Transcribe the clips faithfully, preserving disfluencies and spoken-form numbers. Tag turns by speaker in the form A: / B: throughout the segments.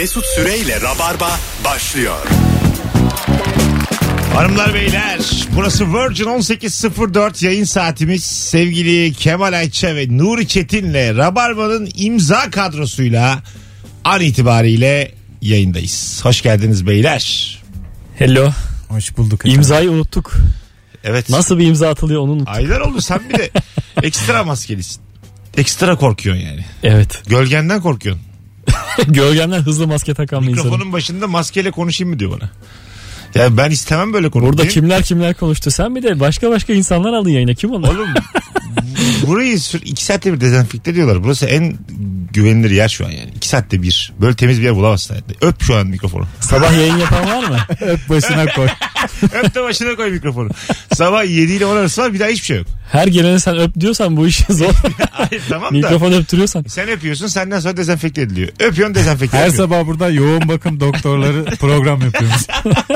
A: Mesut Süreyle Rabarba başlıyor.
B: Hanımlar beyler, burası Virgin on sekiz sıfır dört yayın saatimiz. Sevgili Kemal Ayça ve Nuri Çetin'le Rabarba'nın imza kadrosuyla an itibariyle yayındayız. Hoş geldiniz beyler.
C: Hello.
D: Hoş bulduk efendim.
C: İmzayı unuttuk.
B: Evet.
C: Nasıl bir imza atılıyor onu unuttuk.
B: Aylar oldu, sen bir de ekstra maskelisin. Ekstra korkuyorsun yani.
C: Evet.
B: Gölgenden korkuyorsun.
C: Gölgemden hızlı maske takan bir insanım.
B: Mikrofonun başında maskeyle konuşayım mı diyor bana. Ya ben istemem böyle konuşmayı.
C: Burada kimler kimler konuştu. Sen bir de başka başka insanlar aldın yayına. Kim onlar?
B: Oğlum burayı sür, iki saatte bir dezenfekte ediyorlar. Burası en güvenilir yer şu an yani. İki saatte bir. Böyle temiz bir yer bulamazsın. Öp şu an mikrofonu.
C: Sabah yayın yapan var mı?
D: Öp başına koy.
B: Öp de başına koy mikrofonu. Sabah yedi ile on arası var, bir daha hiçbir şey yok.
C: Her gelene sen öp diyorsan bu işi zor.
B: Hayır tamam da.
C: Mikrofon öptürüyorsan.
B: Sen öpüyorsun, senden sonra dezenfekte ediliyor. Öpüyorsun, dezenfekte
D: Her
B: ediliyor.
D: sabah burada yoğun bakım doktorları program yapıyoruz.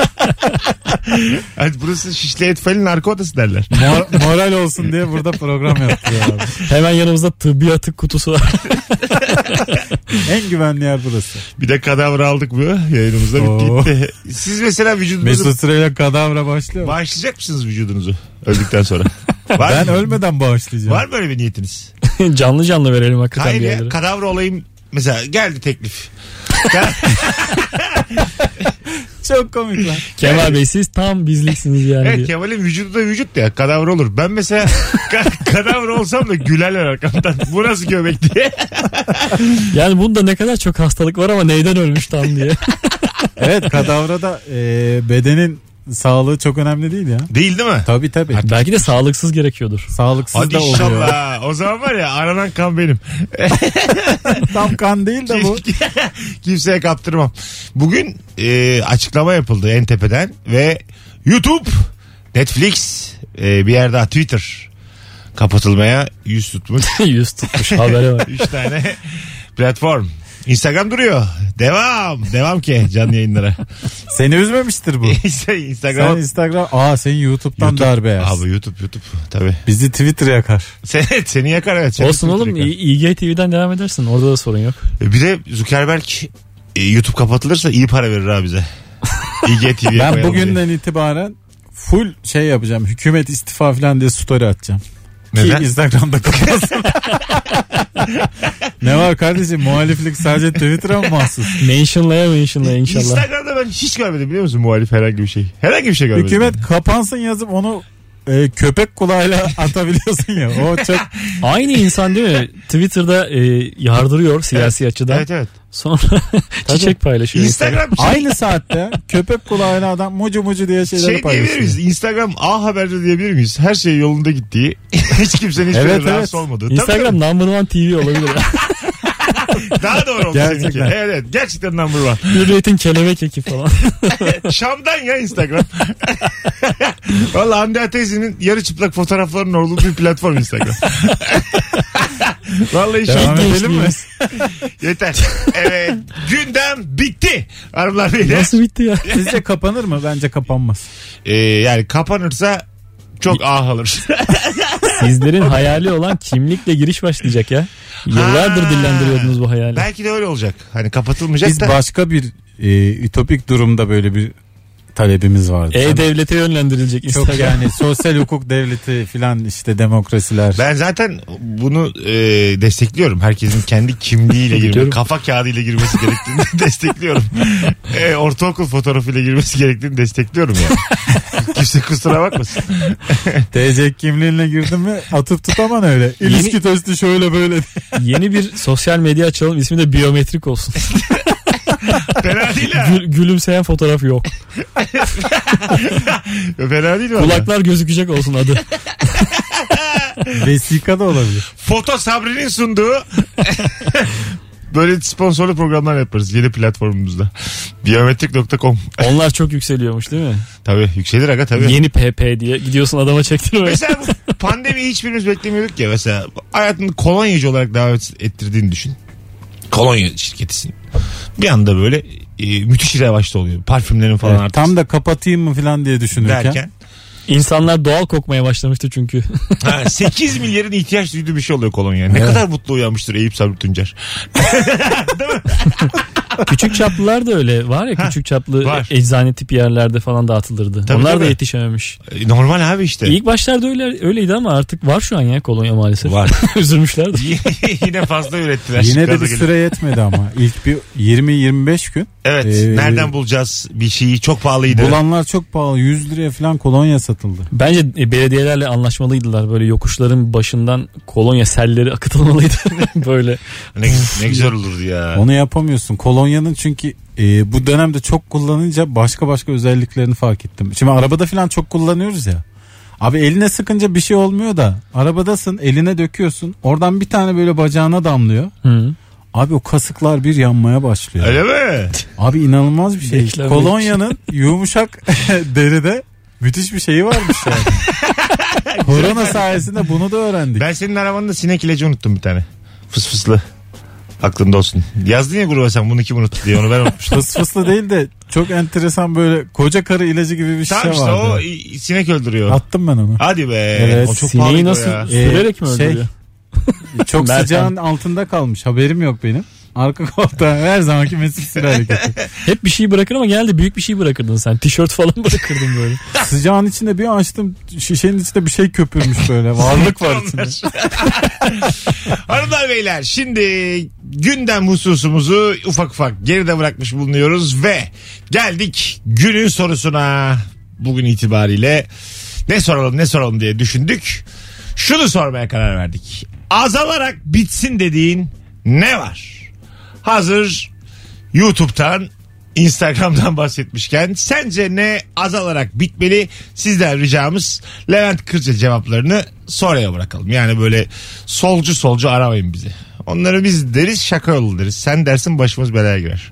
B: Hani burası Şişli Etfel'in arka odası derler.
D: Mor- moral olsun diye burada program yapıyor abi.
C: Hemen yanımızda tıbbi atık kutusu var.
D: En güvenli yer burası.
B: Bir de kadavra aldık bu yayınımızda,
D: Oo.
B: bitti. Siz mesela vücudunuzu...
D: Mesut Süreyle kadavra başlıyor.
B: Bağışlayacak mısınız vücudunuzu öldükten sonra? Var
D: Ben
B: mı?
D: ölmeden bağışlayacağım.
B: Var mı öyle bir niyetiniz?
C: Canlı canlı verelim hakikaten
B: Hayır
C: bir
B: ya,
C: yerlere.
B: kadavra olayım. Mesela geldi teklif.
D: Çok komik lan.
C: Kemal Bey siz tam bizliksiniz yani.
B: Evet,
C: diye.
B: Kemal'in vücudu da vücut ya, kadavra olur. Ben mesela ka- kadavra olsam da gülerler arkamdan. Bu nasıl göbek diye.
C: Yani bunda ne kadar çok hastalık var ama neyden ölmüş tam diye.
D: Evet, kadavrada e, bedenin sağlığı çok önemli değil ya.
B: Değil değil mi?
D: Tabii tabii.
C: Belki de sağlıksız gerekiyordur.
D: Sağlıksız
B: Hadi
D: da oluyor.
B: inşallah. O zaman var ya, aranan kan benim.
D: Tam kan değil de bu.
B: Kimseye kaptırmam. Bugün e, açıklama yapıldı en tepeden ve YouTube, Netflix, e, bir yer daha Twitter kapatılmaya yüz tutmuş.
C: Yüz tutmuş habere var.
B: Üç tane platform. Instagram duruyor. Devam. Devam ki canlı yayınlara.
D: Seni üzmemiştir bu.
B: Instagram.
D: Sen Instagram. Aa, senin YouTube'dan
B: YouTube.
D: darbe yersin.
B: Abi YouTube YouTube tabii.
D: Bizi Twitter yakar.
B: Sen, seni yakar evet. Seni
C: Olsun oğlum,
B: yakar.
C: İ G T V'den devam edersin. Orada da sorun yok.
B: Bir de Zuckerberg e, YouTube kapatılırsa iyi para verir ha bize. İ G T V'ye
D: Ben
B: koyalım
D: bugünden
B: diye.
D: itibaren full şey yapacağım. Hükümet istifa falan diye story atacağım.
B: Neden?
D: Ki Instagram'da kapatsın. Ne var kardeşim, muhaliflik sadece Twitter'a mı mahsus?
C: Mentionlaya mentionlaya inşallah.
B: Instagram'da ben hiç görmedim biliyor musun muhalif herhangi bir şey. Herhangi bir şey görmedim.
D: Hükümet kapansın yazıp onu e, köpek kulağıyla atabiliyorsun ya. O çok...
C: Aynı insan değil mi? Twitter'da e, yardırıyor siyasi
B: evet.
C: açıdan.
B: Evet evet.
C: Sonra çiçek paylaşıyor.
B: Instagram şey,
D: Aynı saatte köpek kulağıyla adam mucu mucu diye şeyleri
B: şey diyebilir
D: paylaşıyor.
B: miyiz? Instagram A Haber'de diyebilir miyiz? Her şey yolunda gittiği, hiç kimsenin hiçbir
D: Evet,
B: evet,
D: evet.
B: rahatsız olmadığı.
C: Instagram
B: Tabii,
C: number one T V olabilir.
B: tabii. Daha doğru oldu
D: Gerçekten.
B: seninki. Evet, evet. Gerçekten number one.
C: Hürriyet'in kelebek eki falan.
B: Şam'dan ya Instagram. Valla Hande teyzenin yarı çıplak fotoğraflarının olduğu bir platform Instagram. Vallahi
D: Devam
B: Şam.
D: edelim mi?
B: Yeter. Evet. Gündem bitti. Hanımlar beyler.
C: Nasıl bitti ya?
D: Sizce kapanır mı? Bence kapanmaz.
B: Ee, yani kapanırsa çok ah alır.
C: Sizlerin hayali olan kimlikle giriş başlayacak ya. Yıllardır
B: Ha.
C: dillendiriyordunuz bu hayali.
B: Belki de öyle olacak. Hani kapatılmayacak
D: Biz
B: da.
D: başka bir e, ütopik durumda böyle bir talebimiz vardı.
C: E-Devlete yönlendirilecek
D: Çok
C: Instagram.
D: yani sosyal hukuk devleti filan, işte demokrasiler.
B: Ben zaten bunu e, destekliyorum. Herkesin kendi kimliğiyle girmesi,
C: Biliyorum.
B: kafa kağıdıyla girmesi gerektiğini destekliyorum. E, ortaokul fotoğrafıyla girmesi gerektiğini destekliyorum yani. Kimse kusura bakmasın.
D: T C kimliğinle girdin mi atıp tutaman öyle. İlişki testi şöyle böyle.
C: Yeni bir sosyal medya açalım. İsmi de biyometrik olsun.
B: Fena değil ha.
C: Gül, gülümseyen fotoğraf yok.
B: Fena değil valla.
C: Kulaklar gözükecek olsun adı.
D: Vesika da olabilir.
B: Foto Sabri'nin sunduğu böyle sponsorlu programlar yaparız yeni platformumuzda. biyometrik nokta com.
C: Onlar çok yükseliyormuş değil mi?
B: Tabii yükselir aga tabii.
C: Yeni P P diye gidiyorsun adama çektirmeye.
B: Mesela bu pandemiyi hiçbirimiz beklemiyorduk ya. Mesela hayatını kolonyacı olarak devam ettirdiğini düşün. Kolonya şirketisin. Bir anda böyle e, müthiş revaçta oluyor. Parfümlerin falan
D: Evet,
B: artık.
D: tam da kapatayım mı filan diye düşünürken.
B: Derken.
C: İnsanlar doğal kokmaya başlamıştı çünkü.
B: Ha, sekiz milyarın ihtiyaç duyduğu bir şey oluyor kolonya. Ne
D: Evet.
B: kadar mutlu uyanmıştır Eyüp Sabri Tuncer. Değil mi?
C: Küçük çaplılar da öyle. Var ya küçük çaplı
B: var.
C: eczane tipi yerlerde falan dağıtılırdı.
B: Tabii,
C: Onlar
B: tabii.
C: da yetişememiş.
B: E, Normal abi işte.
C: İlk başlarda öyle öyleydi ama artık var şu an ya kolonya maalesef.
B: Var.
C: Üzülmüşlerdi.
B: Yine fazla ürettiler.
D: Yine de
B: Gaza
D: bir
B: gelip.
D: süre yetmedi ama. İlk bir yirmi yirmi beş gün.
B: Evet.
D: Ee,
B: Nereden bulacağız bir şeyi? Çok pahalıydı.
D: Bulanlar çok pahalı. yüz liraya falan kolonya satıldı.
C: Bence e, belediyelerle anlaşmalıydılar. Böyle yokuşların başından kolonya selleri akıtılmalıydı. Böyle.
B: Ne, ne güzel olurdu ya.
D: Onu yapamıyorsun. Kolonyanın çünkü e, bu dönemde çok kullanınca başka başka özelliklerini fark ettim. Şimdi arabada falan çok kullanıyoruz ya. Abi eline sıkınca bir şey olmuyor da arabadasın, eline döküyorsun. Oradan bir tane böyle bacağına damlıyor.
C: Hı.
D: Abi o kasıklar bir yanmaya başlıyor.
B: Öyle mi?
D: Abi inanılmaz bir şey.
C: Beklenmedik.
D: Kolonyanın yumuşak deride müthiş bir şeyi varmış yani. Korona sayesinde bunu da öğrendik.
B: Ben senin arabanda sinek ilacı unuttum bir tane. Fıs fıslı. Aklında olsun. Yazdın ya gruba sen bunu kim unuttu diye, onu ben unutmuştum.
D: Fıs fıslı değil de çok enteresan böyle koca karı ilacı gibi bir şey
B: Tamam işte
D: vardı.
B: o i- sinek öldürüyor.
D: Attım ben onu.
B: Hadi be.
D: Evet,
B: O çok
C: Sineği
B: pahalıydı o
C: nasıl
B: ya.
C: sürerek mi
D: Ee, şey-
C: öldürüyor?
D: Çok
C: Mertem.
D: sıcağın altında kalmış. Haberim yok benim. Arka koltuğa her zamanki Mesut Süre hareketi.
C: Hep bir şey bırakır ama genelde büyük bir şey bırakırdın sen. Tişört falan bırakırdın böyle.
D: Sıcağın içinde bir açtım. Şişenin içinde bir şey köpürmüş böyle. Varlık var içinde.
B: Hanımlar beyler, şimdi gündem hususumuzu ufak ufak geride bırakmış bulunuyoruz ve geldik günün sorusuna. Bugün itibariyle ne soralım ne soralım diye düşündük. Şunu sormaya karar verdik. Azalarak bitsin dediğin ne var? Hazır YouTube'dan, Instagram'dan bahsetmişken sence ne azalarak bitmeli? Sizden ricamız Levent Kırca cevaplarını sonraya bırakalım. Yani böyle solcu solcu aramayın bizi. Onları biz deriz, şaka yolu deriz. Sen dersin başımız belaya girer.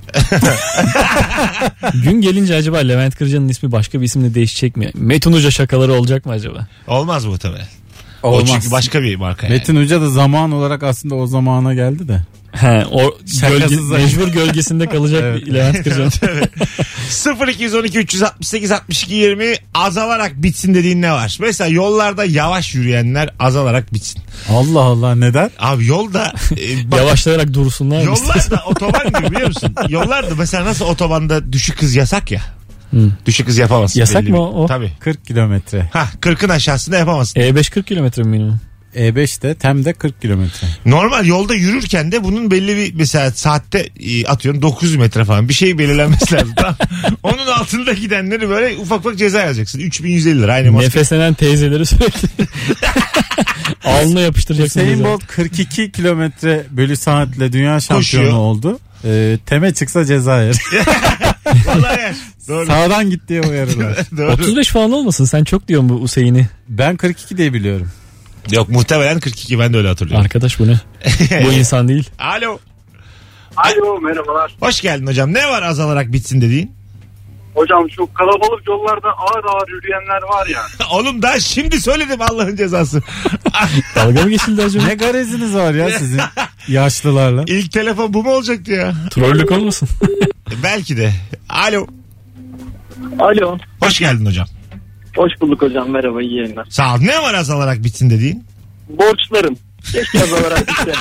C: Gün gelince acaba Levent Kırca'nın ismi başka bir isimle değişecek mi? Metin Uca şakaları olacak mı acaba?
B: Olmaz muhtemelen. O
D: Olmaz.
B: çünkü başka bir marka yani.
D: Metin Uca da zaman olarak aslında o zamana geldi de.
C: He, o
D: Şakasız
C: gölge,
D: zaten.
C: mecbur gölgesinde kalacak
D: Evet.
C: Levent Kırca'nın.
B: sıfır iki on iki üç altı sekiz altmış iki yirmi azalarak bitsin dediğin ne var? Mesela yollarda yavaş yürüyenler azalarak bitsin.
D: Allah Allah, neden?
B: Abi yolda e, bak,
C: Yavaşlayarak dursunlar.
B: yollar da otoban gibi biliyor musun? Yollar da mesela nasıl otobanda düşük hız yasak ya.
C: Hı.
B: Düşük hız yapamazsın.
C: Yasak
B: belli
C: mı
B: bir-
C: o?
B: Tabii.
D: kırk kilometre.
B: Ha kırkın aşağısında yapamazsın.
C: E beş kırk kilometre minimum.
D: E beşte Tem'de kırk kilometre.
B: Normal yolda yürürken de bunun belli bir mesela saatte e, atıyorum dokuz yüz metre falan bir şey belirlenmesi lazım. Tamam. Onun altında gidenleri böyle ufak ufak ceza yazacaksın. üç bin yüz elli lira aynı maske.
C: Nefeslenen teyzeleri sürekli alnına yapıştıracaksın.
D: Hüseyin
C: ceza.
D: Bolt kırk iki kilometre bölü saatle dünya şampiyonu
B: Koşuyor.
D: oldu. Ee, Tem'e çıksa ceza yer.
B: Vallahi yer. Doğru.
D: Sağdan git diye uyarırlar.
B: Doğru.
C: otuz beş falan olmasın, sen çok diyorsun bu Hüseyin'i.
D: Ben kırk iki diye biliyorum.
B: Yok muhtemelen kırk iki, ben de öyle hatırlıyorum.
C: Arkadaş bu ne? Bu insan değil.
B: Alo.
E: Alo, merhabalar.
B: Hoş geldin hocam. Ne var azalarak bitsin dediğin?
E: Hocam şu kalabalık yollarda ağır ağır yürüyenler var ya.
B: Oğlum daha şimdi söyledim, Allah'ın cezası.
C: Dalga mı geçildi acaba?
D: Ne gareziniz var ya sizin yaşlılarla.
B: İlk telefon bu mu olacaktı ya?
C: Trollük olmasın?
B: Belki de. Alo.
E: Alo.
B: Hoş geldin hocam.
E: Hoş bulduk hocam, merhaba, iyi yayınlar.
B: Sağ ol. Ne var azalarak bitsin dediğin?
E: Borçlarım. Keşke azalarak bitse.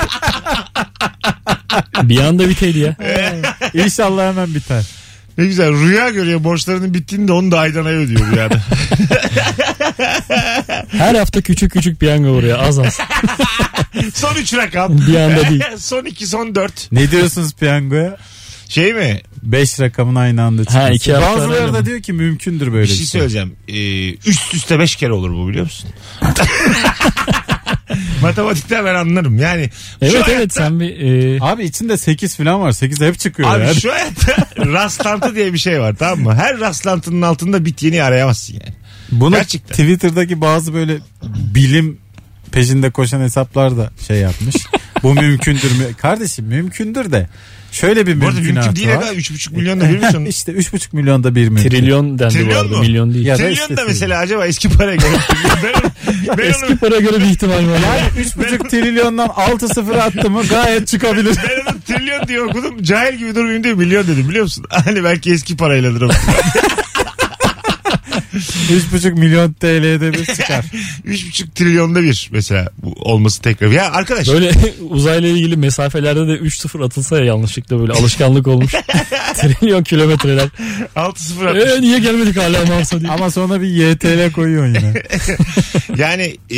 C: Bir anda biteydi ya.
D: İnşallah hemen biter.
B: Ne güzel, rüya görüyor borçlarının bittiğinde onu da aydan aya ödüyor rüyada.
C: Her hafta küçük küçük piyango vuruyor, az az.
B: Son üç rakam.
C: Bir anda değil.
B: Son iki, son dört.
D: Ne diyorsunuz piyangoya?
B: Şey mi?
D: beş rakamın aynı anda çıkması.
C: Ha, iki hafta
D: Bazıları
C: arayla
D: da
C: mı?
D: diyor ki mümkündür böyle
B: Bir şey söyleyeceğim. Ee, üst üste beş kere olur bu, biliyor musun? Matematikten ben anlarım. Yani
C: Evet
B: şu
C: evet
B: hayatta-
C: sen bir e,
D: Abi içinde sekiz falan var. sekiz hep çıkıyor
B: Abi
D: yani.
B: şu hayatta rastlantı diye bir şey var, tamam mı? Her rastlantının altında bit yeni arayamazsın yani.
D: Bunu
B: Gerçekten.
D: Twitter'daki bazı böyle bilim peşinde koşan hesaplar da şey yapmış. Bu mümkündür mü? Kardeşim mümkündür de. Şöyle bir
B: Bu arada mümkün
D: mümkünatı
B: değil
D: var.
B: ya. üç buçuk milyonda bir milyon.
D: İşte üç buçuk milyonda bir mümkün.
C: trilyon dendi
B: Trilyon
C: bu arada,
B: mu?
C: milyon değil.
D: Ya da
B: Trilyon
D: işte
B: da
D: trilyon.
B: mesela acaba eski paraya göre. ben onu, ben
C: Eski
B: onu,
C: para göre bir ihtimal var.
D: Yani üç buçuk trilyondan altı sıfır attı mı gayet çıkabilir.
B: ben onu trilyon diye okudum. Cahil gibi durmayayım diye milyon dedim, biliyor musun? Hani belki eski parayladır ama.
D: üç buçuk milyon T L'de bir çıkar.
B: üç buçuk trilyonda bir mesela bu olması tekrar. Ya arkadaş.
C: Böyle uzayla ilgili mesafelerde de üç sıfır atılsa ya yanlışlıkla böyle alışkanlık olmuş. Trilyon kilometreler.
B: altı sıfır atmış.
C: Eee niye gelmedik hala Mars'a diye.
D: Ama sonra bir Y T L koyuyorsun yine.
B: Yani e,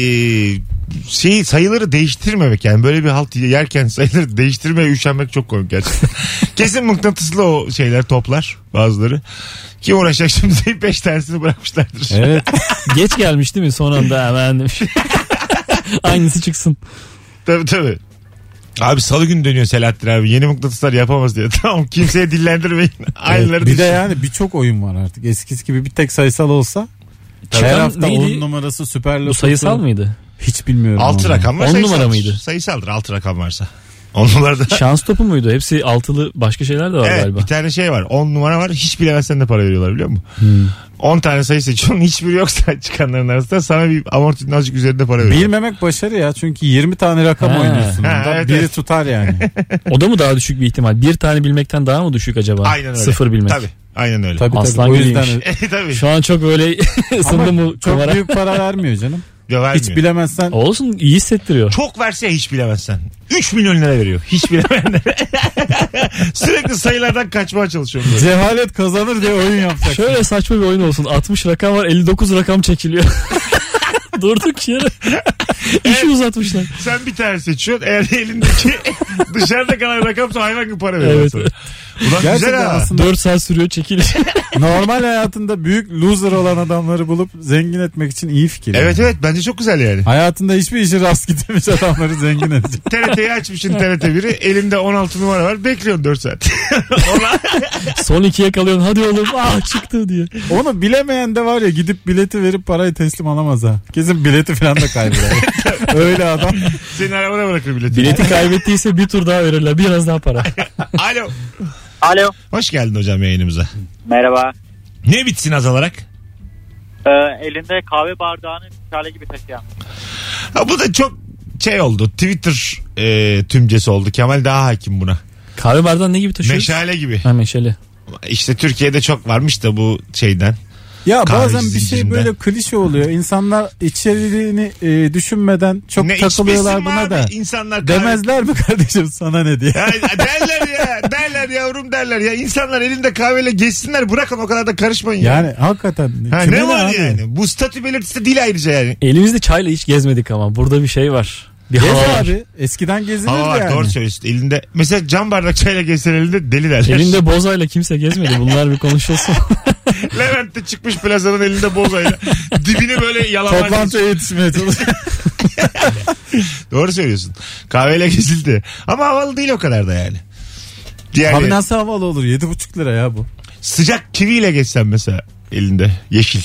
B: şey sayıları değiştirmemek yani böyle bir halt yerken sayıları değiştirmeye üşenmek çok komik gerçekten. Kesin mıknatıslı o şeyler toplar bazıları. Kim uğraşacak şimdi deyip beş tanesini bırakmışlardır.
D: Evet.
C: Geç gelmiş değil mi son anda hemen demiş. Aynısı çıksın.
B: Tabii tabii. Abi salı günü dönüyor Selahattin abi. Yeni mıknatıslar yapamaz diye. Tamam kimseye dillendirmeyin. Aynıları
D: Evet, bir de
B: düşün.
D: yani birçok oyun var artık. Eskisi gibi bir tek sayısal olsa
C: Çıkan
D: her hafta
C: neydi?
D: on numarası süper
C: Bu
D: lotosu.
C: sayısal mıydı?
D: Hiç bilmiyorum.
B: Altı
D: onu.
B: rakam var.
C: On
B: sayısaldır.
C: numara mıydı?
B: Sayısaldır altı rakam varsa. On numarada.
C: Şans topu muydu? Hepsi altılı başka şeyler de var
B: Evet
C: galiba.
B: bir tane şey var. on numara var. Hiç bilemezsen de para veriyorlar biliyor musun?
C: Hmm.
B: on tane sayı seçiyorsun. Hiçbiri yoksa çıkanların arasında sana bir amortinin azıcık üzerinde para veriyorlar.
D: Bilmemek başarı ya. Çünkü yirmi tane rakam
C: Ha.
D: oynuyorsun.
B: Ha,
D: Onda.
B: evet,
D: Biri
B: evet.
D: tutar yani.
C: O da mı daha düşük bir ihtimal? Bir tane bilmekten daha mı düşük acaba?
B: Aynen öyle.
C: Sıfır bilmek.
B: Tabii. Aynen öyle.
D: Tabii
C: Aslan
D: tabii. O yüzden
C: gibiymiş.
B: Tabii.
C: Şu an çok böyle ısındı mı
D: çok
C: kumara?
D: büyük para vermiyor canım.
B: Ya vermiyor.
D: Hiç bilemezsen
C: Olsun iyi hissettiriyor.
B: Çok verse hiç bilemezsen. üç milyon lira veriyor. Hiç bilemeyenlere. Sürekli sayılardan kaçmaya çalışıyorum. Böyle.
D: cehalet kazanır diye oyun yapacak.
C: Şöyle saçma bir oyun olsun. altmış rakam var, elli dokuz rakam çekiliyor. Durduk yere. İşi uzatmışlar.
B: Sen bir tane seçiyorsun. Eğer elindeki dışarıda kalan rakamsa hayvan gibi para veriyor
C: Evet,
B: sana.
C: evet.
B: Ulan
D: Gerçekten
B: güzel ha.
D: aslında
C: dört saat sürüyor çekiliş.
D: normal hayatında büyük loser olan adamları bulup zengin etmek için iyi fikir.
B: Evet
D: yani.
B: evet bence çok güzel yani.
D: Hayatında hiçbir işi rast gitmemiş adamları zengin edecek.
B: T R T'yi açmışsın T R T biri. Elinde on altı numara var. Bekliyorsun dört saat. Ona...
C: Son ikiye kalıyorsun. Hadi oğlum ah çıktı diye.
D: Onu bilemeyen de var ya gidip bileti verip parayı teslim alamaz ha. Kesin bileti falan da kaybeder. Öyle adam.
B: Senin arabana bırakır bileti.
C: Bileti kaybettiyse bir tur daha verirler. Biraz daha para.
B: Alo.
F: Alo.
B: Hoş geldin hocam yayınımıza.
F: Merhaba.
B: Ne bitsin azalarak?
F: Ee, elinde kahve bardağını meşale gibi taşıyan.
B: Ha, bu da çok şey oldu. Twitter e, tümcesi oldu. Kemal daha hakim buna.
C: Kahve bardağını ne gibi taşıyoruz?
B: Meşale gibi.
C: Ha meşale.
B: İşte Türkiye'de çok varmış da bu şeyden.
D: Ya
B: Kahveci
D: bazen bir şey
B: zincirinden.
D: böyle klişe oluyor. İnsanlar içeriğini e, düşünmeden çok
B: Ne
D: takılıyorlar
B: içmesin
D: buna
B: abi?
D: da.
B: İnsanlar kahve-
D: Demezler mi kardeşim sana ne diye?
B: Ya, derler ya. Derler yavrum derler ya. İnsanlar elinde kahveyle geçsinler. Bırakın o kadar da karışmayın ya.
D: Yani hakikaten.
B: Ha,
D: kime
B: ne var
D: abi?
B: yani? Bu statü belirtisi de değil ayrıca yani.
C: Elimizde çayla hiç gezmedik ama. Burada bir şey var. Bir
D: Gez
C: hava var.
D: abi. Eskiden gezinirdi
B: Hava var
D: yani.
B: doğru söylüyorsun. Elinde mesela cam bardak çayla geçsen elinde deli derler.
C: Elinde bozayla kimse gezmedi. Bunlar bir konuşulsun.
B: Levent'te çıkmış plazanın elinde bozayla. Dibini böyle yalamaya
D: Toplantıya yetişmeye çalışıyor.
B: Doğru söylüyorsun. Kahveyle gezildi. Ama havalı değil o kadar da yani. Diğer
D: Abi nasıl havalı olur? Yedi buçuk lira ya bu.
B: sıcak kiviyle geçsen mesela elinde yeşil.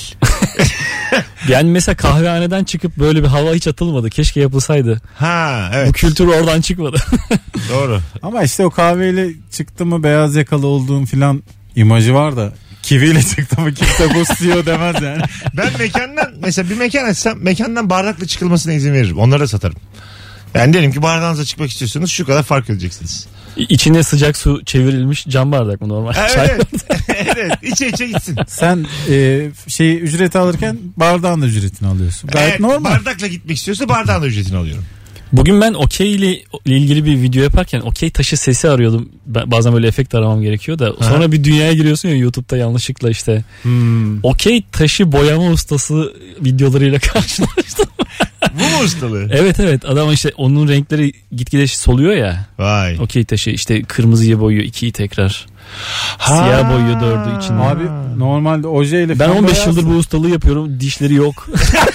C: Yani mesela kahvehaneden çıkıp böyle bir hava hiç atılmadı. Keşke yapılsaydı.
B: Ha
C: Bu
B: evet
C: kültür oradan çıkmadı.
B: doğru.
D: Ama işte o kahveyle çıktı mı beyaz yakalı olduğum filan imajı var da kiviyle çıktı mı kimse bu C E O demez yani.
B: Ben mekandan mesela bir mekan açsam mekandan bardakla çıkılmasına izin veririm. Onları da satarım. Yani diyelim ki bardağınıza çıkmak istiyorsunuz şu kadar fark edeceksiniz.
C: İçine sıcak su çevrilmiş cam bardak mı normal? Çay
B: Evet. evet. İçe içe gitsin.
D: Sen e, şeyi ücreti alırken bardağın da ücretini alıyorsun. Gayet
B: Evet,
D: normal.
B: bardakla gitmek istiyorsa bardağın da ücretini alıyorum.
C: Bugün ben okey ile ilgili bir video yaparken okey taşı sesi arıyordum. Ben, bazen böyle efekt aramam gerekiyor da. Sonra
B: Ha.
C: bir dünyaya giriyorsun ya YouTube'da yanlışlıkla işte.
D: Hmm.
C: Okey taşı boyama ustası videolarıyla karşılaştım.
B: Bu mu ustalığı?
C: Evet evet adam işte onun renkleri gitgide soluyor ya.
B: Vay.
C: Okey taşı işte kırmızıya boyuyor ikiyi tekrar.
B: Ha.
C: Siyah boyuyor dördü içinde.
D: Abi normalde ojeyle
C: Ben
D: falan
C: on beş
D: boyarsın.
C: yıldır bu ustalığı yapıyorum. Dişleri yok.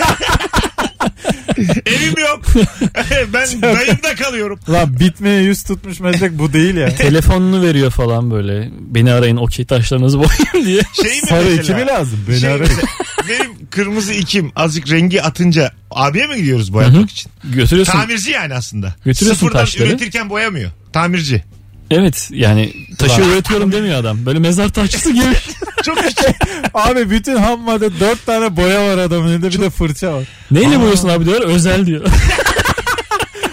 B: Evim yok. Ben dayımda kalıyorum.
D: Lan bitmeye yüz tutmuş meslek bu değil ya.
C: Telefonunu veriyor falan böyle. Beni arayın okey taşlarınızı boyayın diye.
B: Şey mi
D: Sarı
B: mesela?
D: iki mi lazım? Beni
B: Şey
D: arayın.
B: mesela, benim kırmızı ikim azıcık rengi atınca abiye mi gidiyoruz boyatmak
C: Hı hı.
B: için?
C: Götürüyorsun.
B: Tamirci yani aslında.
C: Götürüyorsun
B: Sıfırdan
C: taşları.
B: üretirken boyamıyor. Tamirci.
C: Evet yani taşı üretiyorum demiyor adam. Böyle mezar taşçısı gibi.
B: Çok küçük.
D: Abi bütün ham madde dört tane boya var adamın elinde bir de fırça var.
C: Neyle boyuyorsun abi diyor. Özel diyor.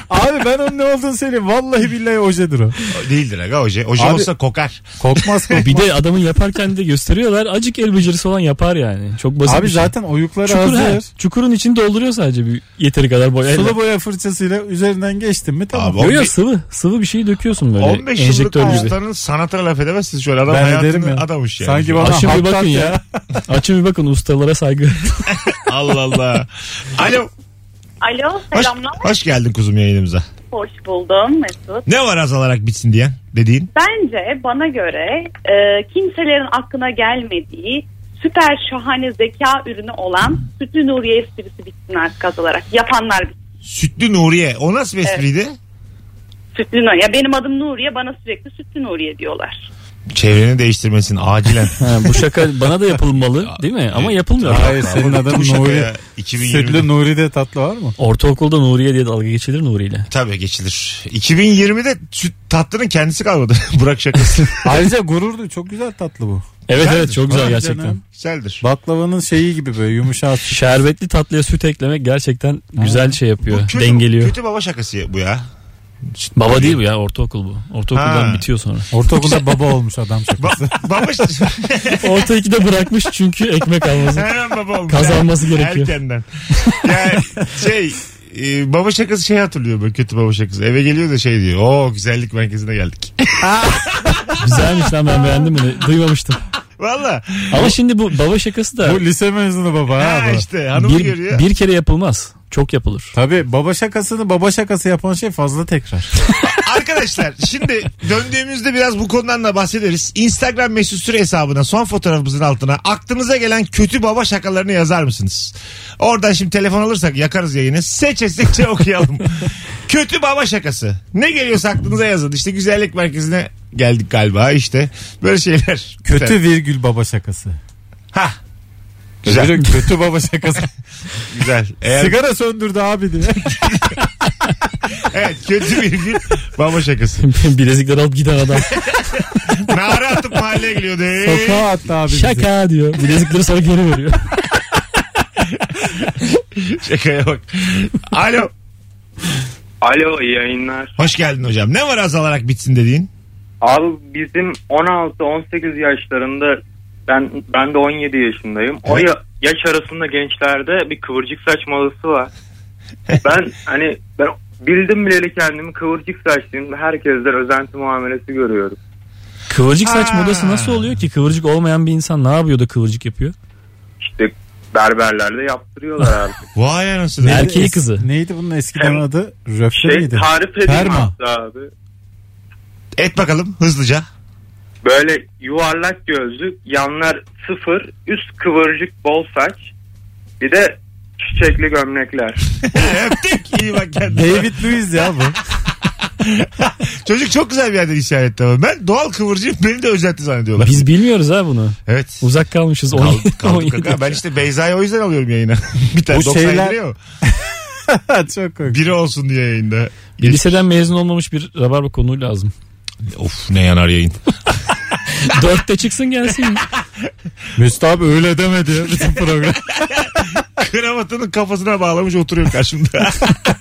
D: Abi ben onun ne olduğunu söyleyeyim. Vallahi billahi ojedir o.
B: O değildir aga oje. Oje
D: Abi-
B: olsa kokar.
D: Kokmaz kokmaz.
C: Bir de adamın yaparken de gösteriyorlar. Acık el becerisi olan yapar yani. Çok basit
D: Abi
C: bir şey.
D: zaten oyukları
C: Çukur,
D: hazır.
C: he, çukurun içini dolduruyor sadece bir yeteri kadar boyayla.
D: Sulu boya fırçasıyla üzerinden geçtin mi tamam.
B: Abi
C: Yok
B: on
C: yok
B: beş
C: sıvı. Sıvı bir şey döküyorsun böyle.
B: on beş yıllık
C: enjektör gibi.
B: ustanın sanata laf edemezsiniz şu an. Adam
D: Ben ederim
B: hayatını
D: ya.
B: adamış yani.
D: Sanki bana
C: Açın bir
D: hakkat
C: bakın ya.
D: ya.
C: Açın bir bakın ustalara saygı.
B: Allah Allah. Alo.
G: Alo
B: Hoş,
G: selamlar.
B: hoş geldin kuzum yayınımıza.
G: Hoş buldum Mesut.
B: Ne var azalarak bitsin diyen dediğin?
G: Bence bana göre e, kimselerin aklına gelmediği süper şahane zeka ürünü olan Sütlü Nuriye esprisi bitsin artık azalarak. Yapanlar bitsin.
B: Sütlü Nuriye. O nasıl bir espriydi?
G: Sütlü Nuriye. Ya benim adım Nuriye, bana sürekli Sütlü Nuriye diyorlar.
B: Çevreni değiştirmesin acilen.
C: Ha, bu şaka bana da yapılmalı değil mi? Ama yapılmıyor.
D: Hayır senin adın
B: Bu şaka
D: Nuri.
B: ya, iki bin yirmide.
D: Sütlü Nuri'de tatlı var mı?
C: Ortaokulda Nuriye diye dalga geçilir Nuri ile.
B: Tabii geçilir. iki bin yirmide süt tatlının kendisi kalmadı. Burak şakası.
D: Ayrıca gururdu. Çok güzel tatlı bu.
C: Evet
B: Güzeldir.
C: evet çok güzel
D: Tabii
C: gerçekten.
D: canım.
B: Güzeldir.
D: Baklavanın şeyi gibi böyle yumuşak.
C: Şerbetli tatlıya süt eklemek gerçekten güzel şey yapıyor.
B: Bu kötü,
C: dengeliyor.
B: kötü baba şakası bu ya.
C: Baba değil bu ya, ortaokul bu. Ortaokuldan
B: Ha.
C: bitiyor sonra.
D: Ortaokulda baba olmuş adam şakası.
B: Ba- baba
C: Orta ikide bırakmış çünkü ekmek alması.
B: hemen baba olmuş.
C: Kazanması gerekiyor.
B: Erkenden. Yani şey e, baba şakası şey hatırlıyor böyle kötü baba şakası. Eve geliyor da şey diyor. Oo güzellik merkezine geldik.
C: Güzelmiş lan, ben beğendim bunu. Duymamıştım.
B: Valla.
C: Ama şimdi bu baba şakası da
D: Bu lise mezunu baba ha.
B: Ha
D: bu.
B: işte hanımı
C: bir,
B: görüyor.
C: bir kere yapılmaz. Çok yapılır.
D: Tabii baba şakasını baba şakası yapan şey fazla tekrar.
B: Arkadaşlar şimdi döndüğümüzde biraz bu konudan da bahsederiz. Instagram mesut süre hesabına son fotoğrafımızın altına aklınıza gelen kötü baba şakalarını yazar mısınız? Oradan şimdi telefon alırsak yakarız yayını. Seçe seçe okuyalım. Kötü baba şakası. Ne geliyorsa aklınıza yazın. İşte güzellik merkezine geldik galiba işte. Böyle şeyler.
D: Kötü virgül baba şakası.
B: Ha. Güzel.
D: Öbürü kötü baba şakası.
B: Güzel. Eğer,
D: Sigara söndürdü abi diye.
B: evet kötü bir gün baba şakası.
C: Bilezikleri alıp giden adam.
B: Nara atıp mahalleye geliyordu.
D: Sokağa attı abi bizi.
C: Şaka diyor. Bilezikleri sonra geri veriyor.
B: Şakaya bak. Alo.
E: Alo iyi yayınlar.
B: Hoş geldin hocam. Ne var azalarak bitsin dediğin?
E: Abi bizim on altı on sekiz yaşlarında ben ben de on yedi yaşındayım. O
B: Evet.
E: ya- yaş arasında gençlerde bir kıvırcık saç modası var. Ben hani ben bildim bileli kendimi kıvırcık saçlıyım. Herkesten özenti muamelesi görüyorum.
C: Kıvırcık saç
B: Ha.
C: modası nasıl oluyor ki? Kıvırcık olmayan bir insan ne yapıyor da kıvırcık yapıyor?
E: İşte berberlerde yaptırıyorlar artık.
B: Vay anasını.
C: Er- Erkeği kızı.
D: Neydi bunun eskiden
E: Hem-
D: adı? Röfle
E: Şey
D: miydi?
E: tarif edeyim
D: Perma.
E: hatta abi.
B: Et bakalım hızlıca.
E: Böyle yuvarlak gözlük, yanlar sıfır, üst kıvırcık bol saç. Bir de çiçekli gömlekler.
B: Öptük. İyi bak kendine.
D: David Luiz ya bu.
B: Çocuk çok güzel bir yerden işaretti ama. Ben doğal kıvırcıyım. Beni de özenti zannediyorlar.
C: Biz bilmiyoruz ha bunu.
B: Evet.
C: Uzak kalmışız.
B: Kaldık,
C: on-
B: kaldık
C: on yedi.
B: kaka. Ben işte Beyza'yı o yüzden alıyorum yayına. Bir tane
D: Bu
B: doksan
D: şeyler-
B: yedi o.
D: Çok komik.
B: Biri olsun diye yayında.
C: Bir liseden mezun olmamış bir rabarba konuğu lazım.
B: Of ne yanar yayın.
C: Dörtte çıksın gelsin.
D: Mesut abi öyle demedi ya bütün program.
B: Kravatını kafasına bağlamış oturuyor karşımda.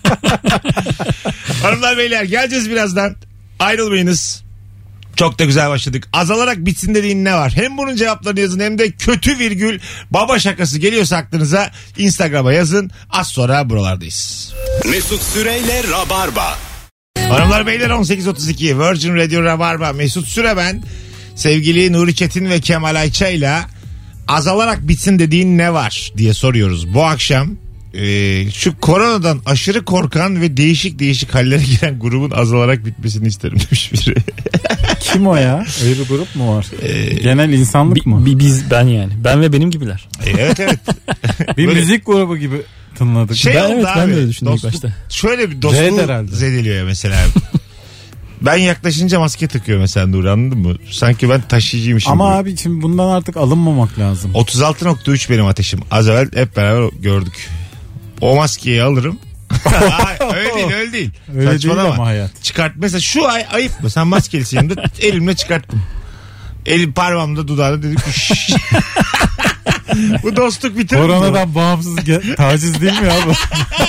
B: Hanımlar beyler geleceğiz birazdan. Ayrılmayınız. Çok da güzel başladık. Azalarak bitsin dediğin ne var? Hem bunun cevaplarını yazın hem de kötü virgül baba şakası geliyorsa aklınıza Instagram'a yazın. Az sonra buralardayız.
A: Mesut Süreyle Rabarba.
B: Hanımlar beyler on sekiz otuz iki Virgin Radio Rabarba Mesut Süre ben. Sevgili Nuri Çetin ve Kemal Ayça ile azalarak bitsin dediğin ne var diye soruyoruz. Bu akşam e, şu koronadan aşırı korkan ve değişik değişik hallere giren grubun azalarak bitmesini isterim demiş biri.
D: Kim o ya? Öyle bir grup mu var?
B: Ee,
D: Genel insanlık
C: Bi-
D: mı?
C: bi- biz ben yani. Ben ve benim gibiler.
B: E, evet evet.
D: Bir
B: Böyle-
D: müzik grubu gibi tınladık.
B: Şey
C: Ben-
B: oldu
C: evet, ben
B: abi.
C: de öyle düşündüm ilk
B: Dostluk-
C: başta.
B: Şöyle bir
D: Red
B: dostluğu
D: herhalde.
B: zedeliyor ya mesela. Ben yaklaşınca maske takıyor mesela Nuri anladın mı? Sanki ben taşıyıcıymışım
D: Ama
B: gibi.
D: abi şimdi bundan artık alınmamak lazım.
B: otuz altı nokta üç benim ateşim. Az evvel hep beraber gördük. O maskeyi alırım. Ay, öyle değil öyle değil.
D: Öyle
B: Saçmalama.
D: değil ama hayat.
B: Çıkart. Mesela şu ay ayıp mı? Sen maskelisin yanında elimle çıkarttım. Elim parmağımda dudağında dedim ki "Şşş." Bu dostluk bitirir mi?
D: Koronadan bağımsız ge- taciz değil mi ya bu?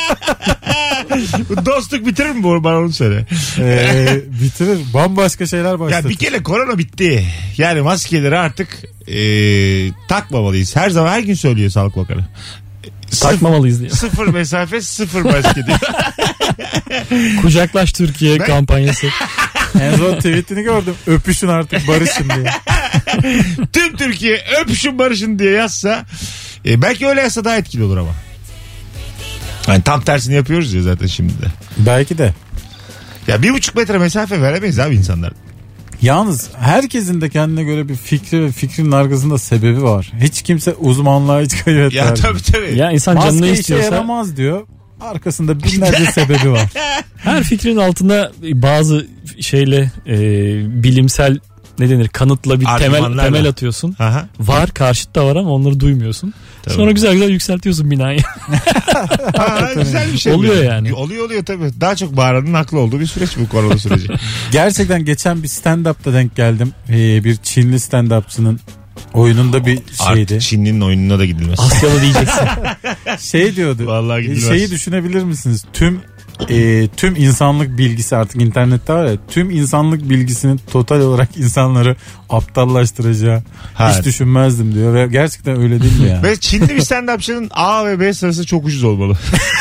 B: Bu dostluk bitirir mi bu? Bana onu söyle.
D: Ee, bitirir. Bambaşka şeyler başlatır.
B: Ya bir kere korona bitti. Yani maskeleri artık e, takmamalıyız. Her zaman her gün söylüyor Sağlık Bakanı.
C: Takmamalıyız diye.
B: Sıfır mesafe, sıfır maske diyor.
C: Kucaklaş Türkiye
B: Ben-
C: kampanyası.
D: En son tweetini gördüm. Öpüşün artık barışın diye.
B: Tüm Türkiye öpüşün barışın diye yazsa e, belki öyle yazsa daha etkili olur ama. Yani tam tersini yapıyoruz ya zaten şimdi de.
D: Belki de.
B: Ya bir buçuk metre mesafe veremeyiz abi insanlar.
D: Yalnız herkesin de kendine göre bir fikri ve fikrin arkasında sebebi var. Hiç kimse uzmanlığa hiç kayıt
B: Ya tabii tabii.
C: Ya insan canını
D: Maske işe
C: istiyorsa
D: yaramaz diyor. Arkasında binlerce sebebi var.
C: her fikrin altında bazı şeyle e, bilimsel ne denir kanıtla bir temel
B: Argümanlarla.
C: temel atıyorsun.
B: Aha.
C: Var karşıt da var ama onları duymuyorsun.
B: Tabii.
C: Sonra güzel güzel yükseltiyorsun binayı.
B: Ha, güzel bir şey.
C: Oluyor
B: bu.
C: yani.
B: Oluyor oluyor tabii. Daha çok bağıranın haklı olduğu bir süreç bu korona süreci.
D: Gerçekten geçen bir stand-up'ta denk geldim. Ee, bir Çinli stand-upçının oyununda bir şeydi.
B: Artık Çin'in oyununa da gidilmez.
C: Asyalı diyeceksin.
D: Şey diyordu.
B: Vallahi gidilmez.
D: Şeyi düşünebilir misiniz? Tüm e, tüm insanlık bilgisi artık internette var ya. Tüm insanlık bilgisinin total olarak insanları aptallaştıracağı
B: Ha.
D: hiç düşünmezdim diyor. Ve gerçekten öyle değil mi ya?
B: Ve Çinli bir stand-upçının A ve B sırası çok ucuz olmalı.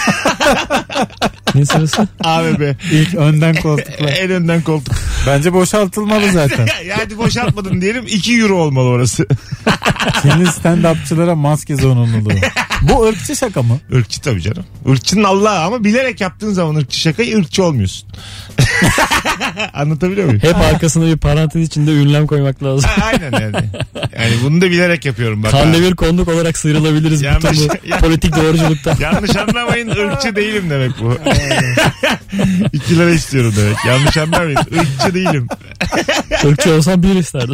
C: Ne sırası?
B: A ve B.
D: İlk önden koltuklar.
B: En önden koltuk.
D: Bence boşaltılmalı zaten.
B: Ya hadi boşaltmadın diyelim iki euro olmalı orası.
D: Çinli stand-upçılara maske zorunluluğu. Bu ırkçı şaka mı?
B: Irkçı tabii canım. Irkçının Allah'ı ama bilerek yaptığın zaman ırkçı şakayı ırkçı olmuyorsun. Anlatabiliyor muyum?
C: Hep arkasına bir parantez içinde ünlem koymak lazım.
B: Ha, aynen yani. Yani bunu da bilerek yapıyorum bak. ha.
C: Kandemir konduk olarak sıyrılabiliriz
B: Yanlış-
C: bütün bu
B: ya-
C: politik doğruculuktan.
B: Yanlış anlamayın ırkçı değilim demek bu. iki lira istiyorum demek. Yanlış anlamayın ırkçı değilim.
C: Irkçı olsam bir isterdim.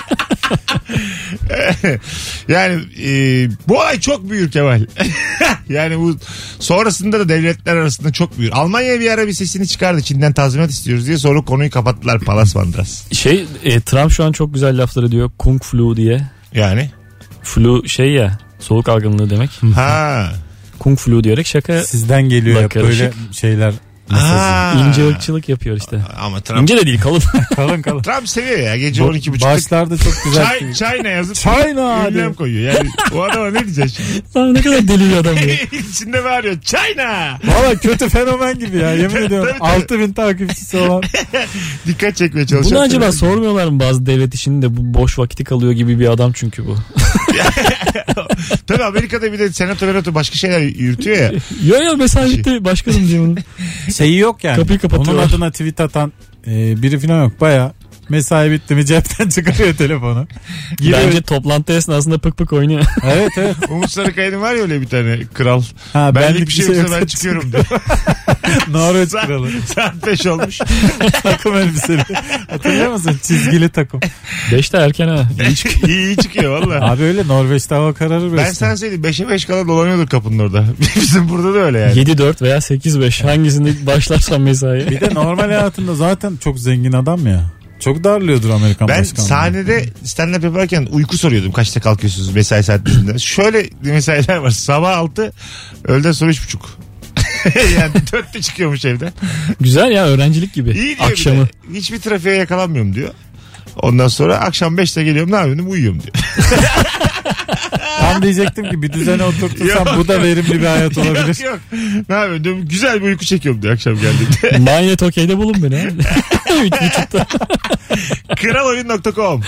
B: Yani e, bu olay çok büyür Kemal. Yani bu sonrasında da devletler arasında çok büyür. Almanya bir ara bir sesini çıkardı. Çin'den tazminat istiyoruz diye, sonra konuyu kapattılar. Palas Vandras.
C: Şey e, Trump şu an çok güzel lafları diyor. Kung flu diye.
B: Yani.
C: Flu şey ya, soğuk algınlığı demek.
B: Ha.
C: Kung flu diyerek şaka.
D: Sizden geliyor hep
C: Karışık.
D: böyle şeyler.
B: Ha.
C: İnce ırkçılık yapıyor işte.
B: Ama Trump,
C: İnce de değil, kalın.
D: Kalın kalın.
B: Trump seviyor ya. Gece on iki buçukta
D: Başlarda çok güzel.
B: Çay, China yazıp
D: China
B: ünlem
D: diyor.
B: koyuyor. Yani o adama ne diyeceksin şimdi?
C: Lan ne kadar deli bir adam ya.
B: İçinde bağırıyor. China!
D: Valla kötü fenomen gibi ya, yemin ediyorum.
B: Tabii, tabii.
D: altı bin takipçisi olan.
B: Dikkat çekmeye çalışıyor.
C: Bunu acaba sormuyorlar mı bazı devlet işinde, bu boş vakti kalıyor gibi bir adam çünkü bu.
B: Tabii Amerika'da bir de senato venato başka şeyler yürütüyor ya.
C: Yo yo mesaj bitti başkanım diye bunu.
D: Şeyi yok yani.
C: Kapıyı kapatıyorlar.
D: Onun adına tweet atan e, biri falan yok. Baya mesai bitti mi cepten çıkarıyor telefonu. Giriyor.
C: Bence toplantı esnasında pık pık oynuyor.
D: Evet evet.
B: Umut Sarıkaya'nın var ya öyle bir tane kral.
D: Ha,
B: Benlik bir şey yoksa ben
D: yoksa
B: çıkıyorum diyor.
D: Norveç
B: Saat,
D: kralı.
B: saat beş olmuş.
D: Takım elbiseli. Hatırlıyor musun? Çizgili takım.
C: Beşte erken ha. İyi çıkıyor.
B: iyi iyi çıkıyor valla.
D: Abi öyle Norveç'te hava kararır.
B: Ben
D: beşte.
B: sana söyleyeyim beşe beş kala dolanıyordur kapının orada. Bizim burada da öyle yani.
C: yedi dört veya sekiz beş hangisinde başlarsan mesai.
D: Bir de normal hayatında zaten çok zengin adam ya. Çok darlıyordur Amerikan
B: Ben
D: başkanlığı.
B: sahnede stand-up yaparken uyku soruyordum. Kaçta kalkıyorsunuz mesai saatlerinde. Şöyle mesailer var. Sabah altı, öğleden sonra üç buçuk. Yani dörtte çıkıyormuş evden.
C: Güzel ya, öğrencilik gibi.
B: İyi diyor
C: Akşamı.
B: bir de. Hiçbir trafiğe yakalanmıyorum diyor. Ondan sonra akşam beşte geliyorum, ne yapıyorum? Uyuyorum diyor.
D: Tam diyecektim ki bir düzene oturtursam
B: Yok.
D: bu da verimli bir hayat olabilir.
B: Yok yok. Ne yapıyorum diyorum. Güzel bir uyku çekiyorum diyor akşam geldiğimde.
C: Manyet okeyde bulun beni. ha. Üç buçukta.
B: kraloyun nokta com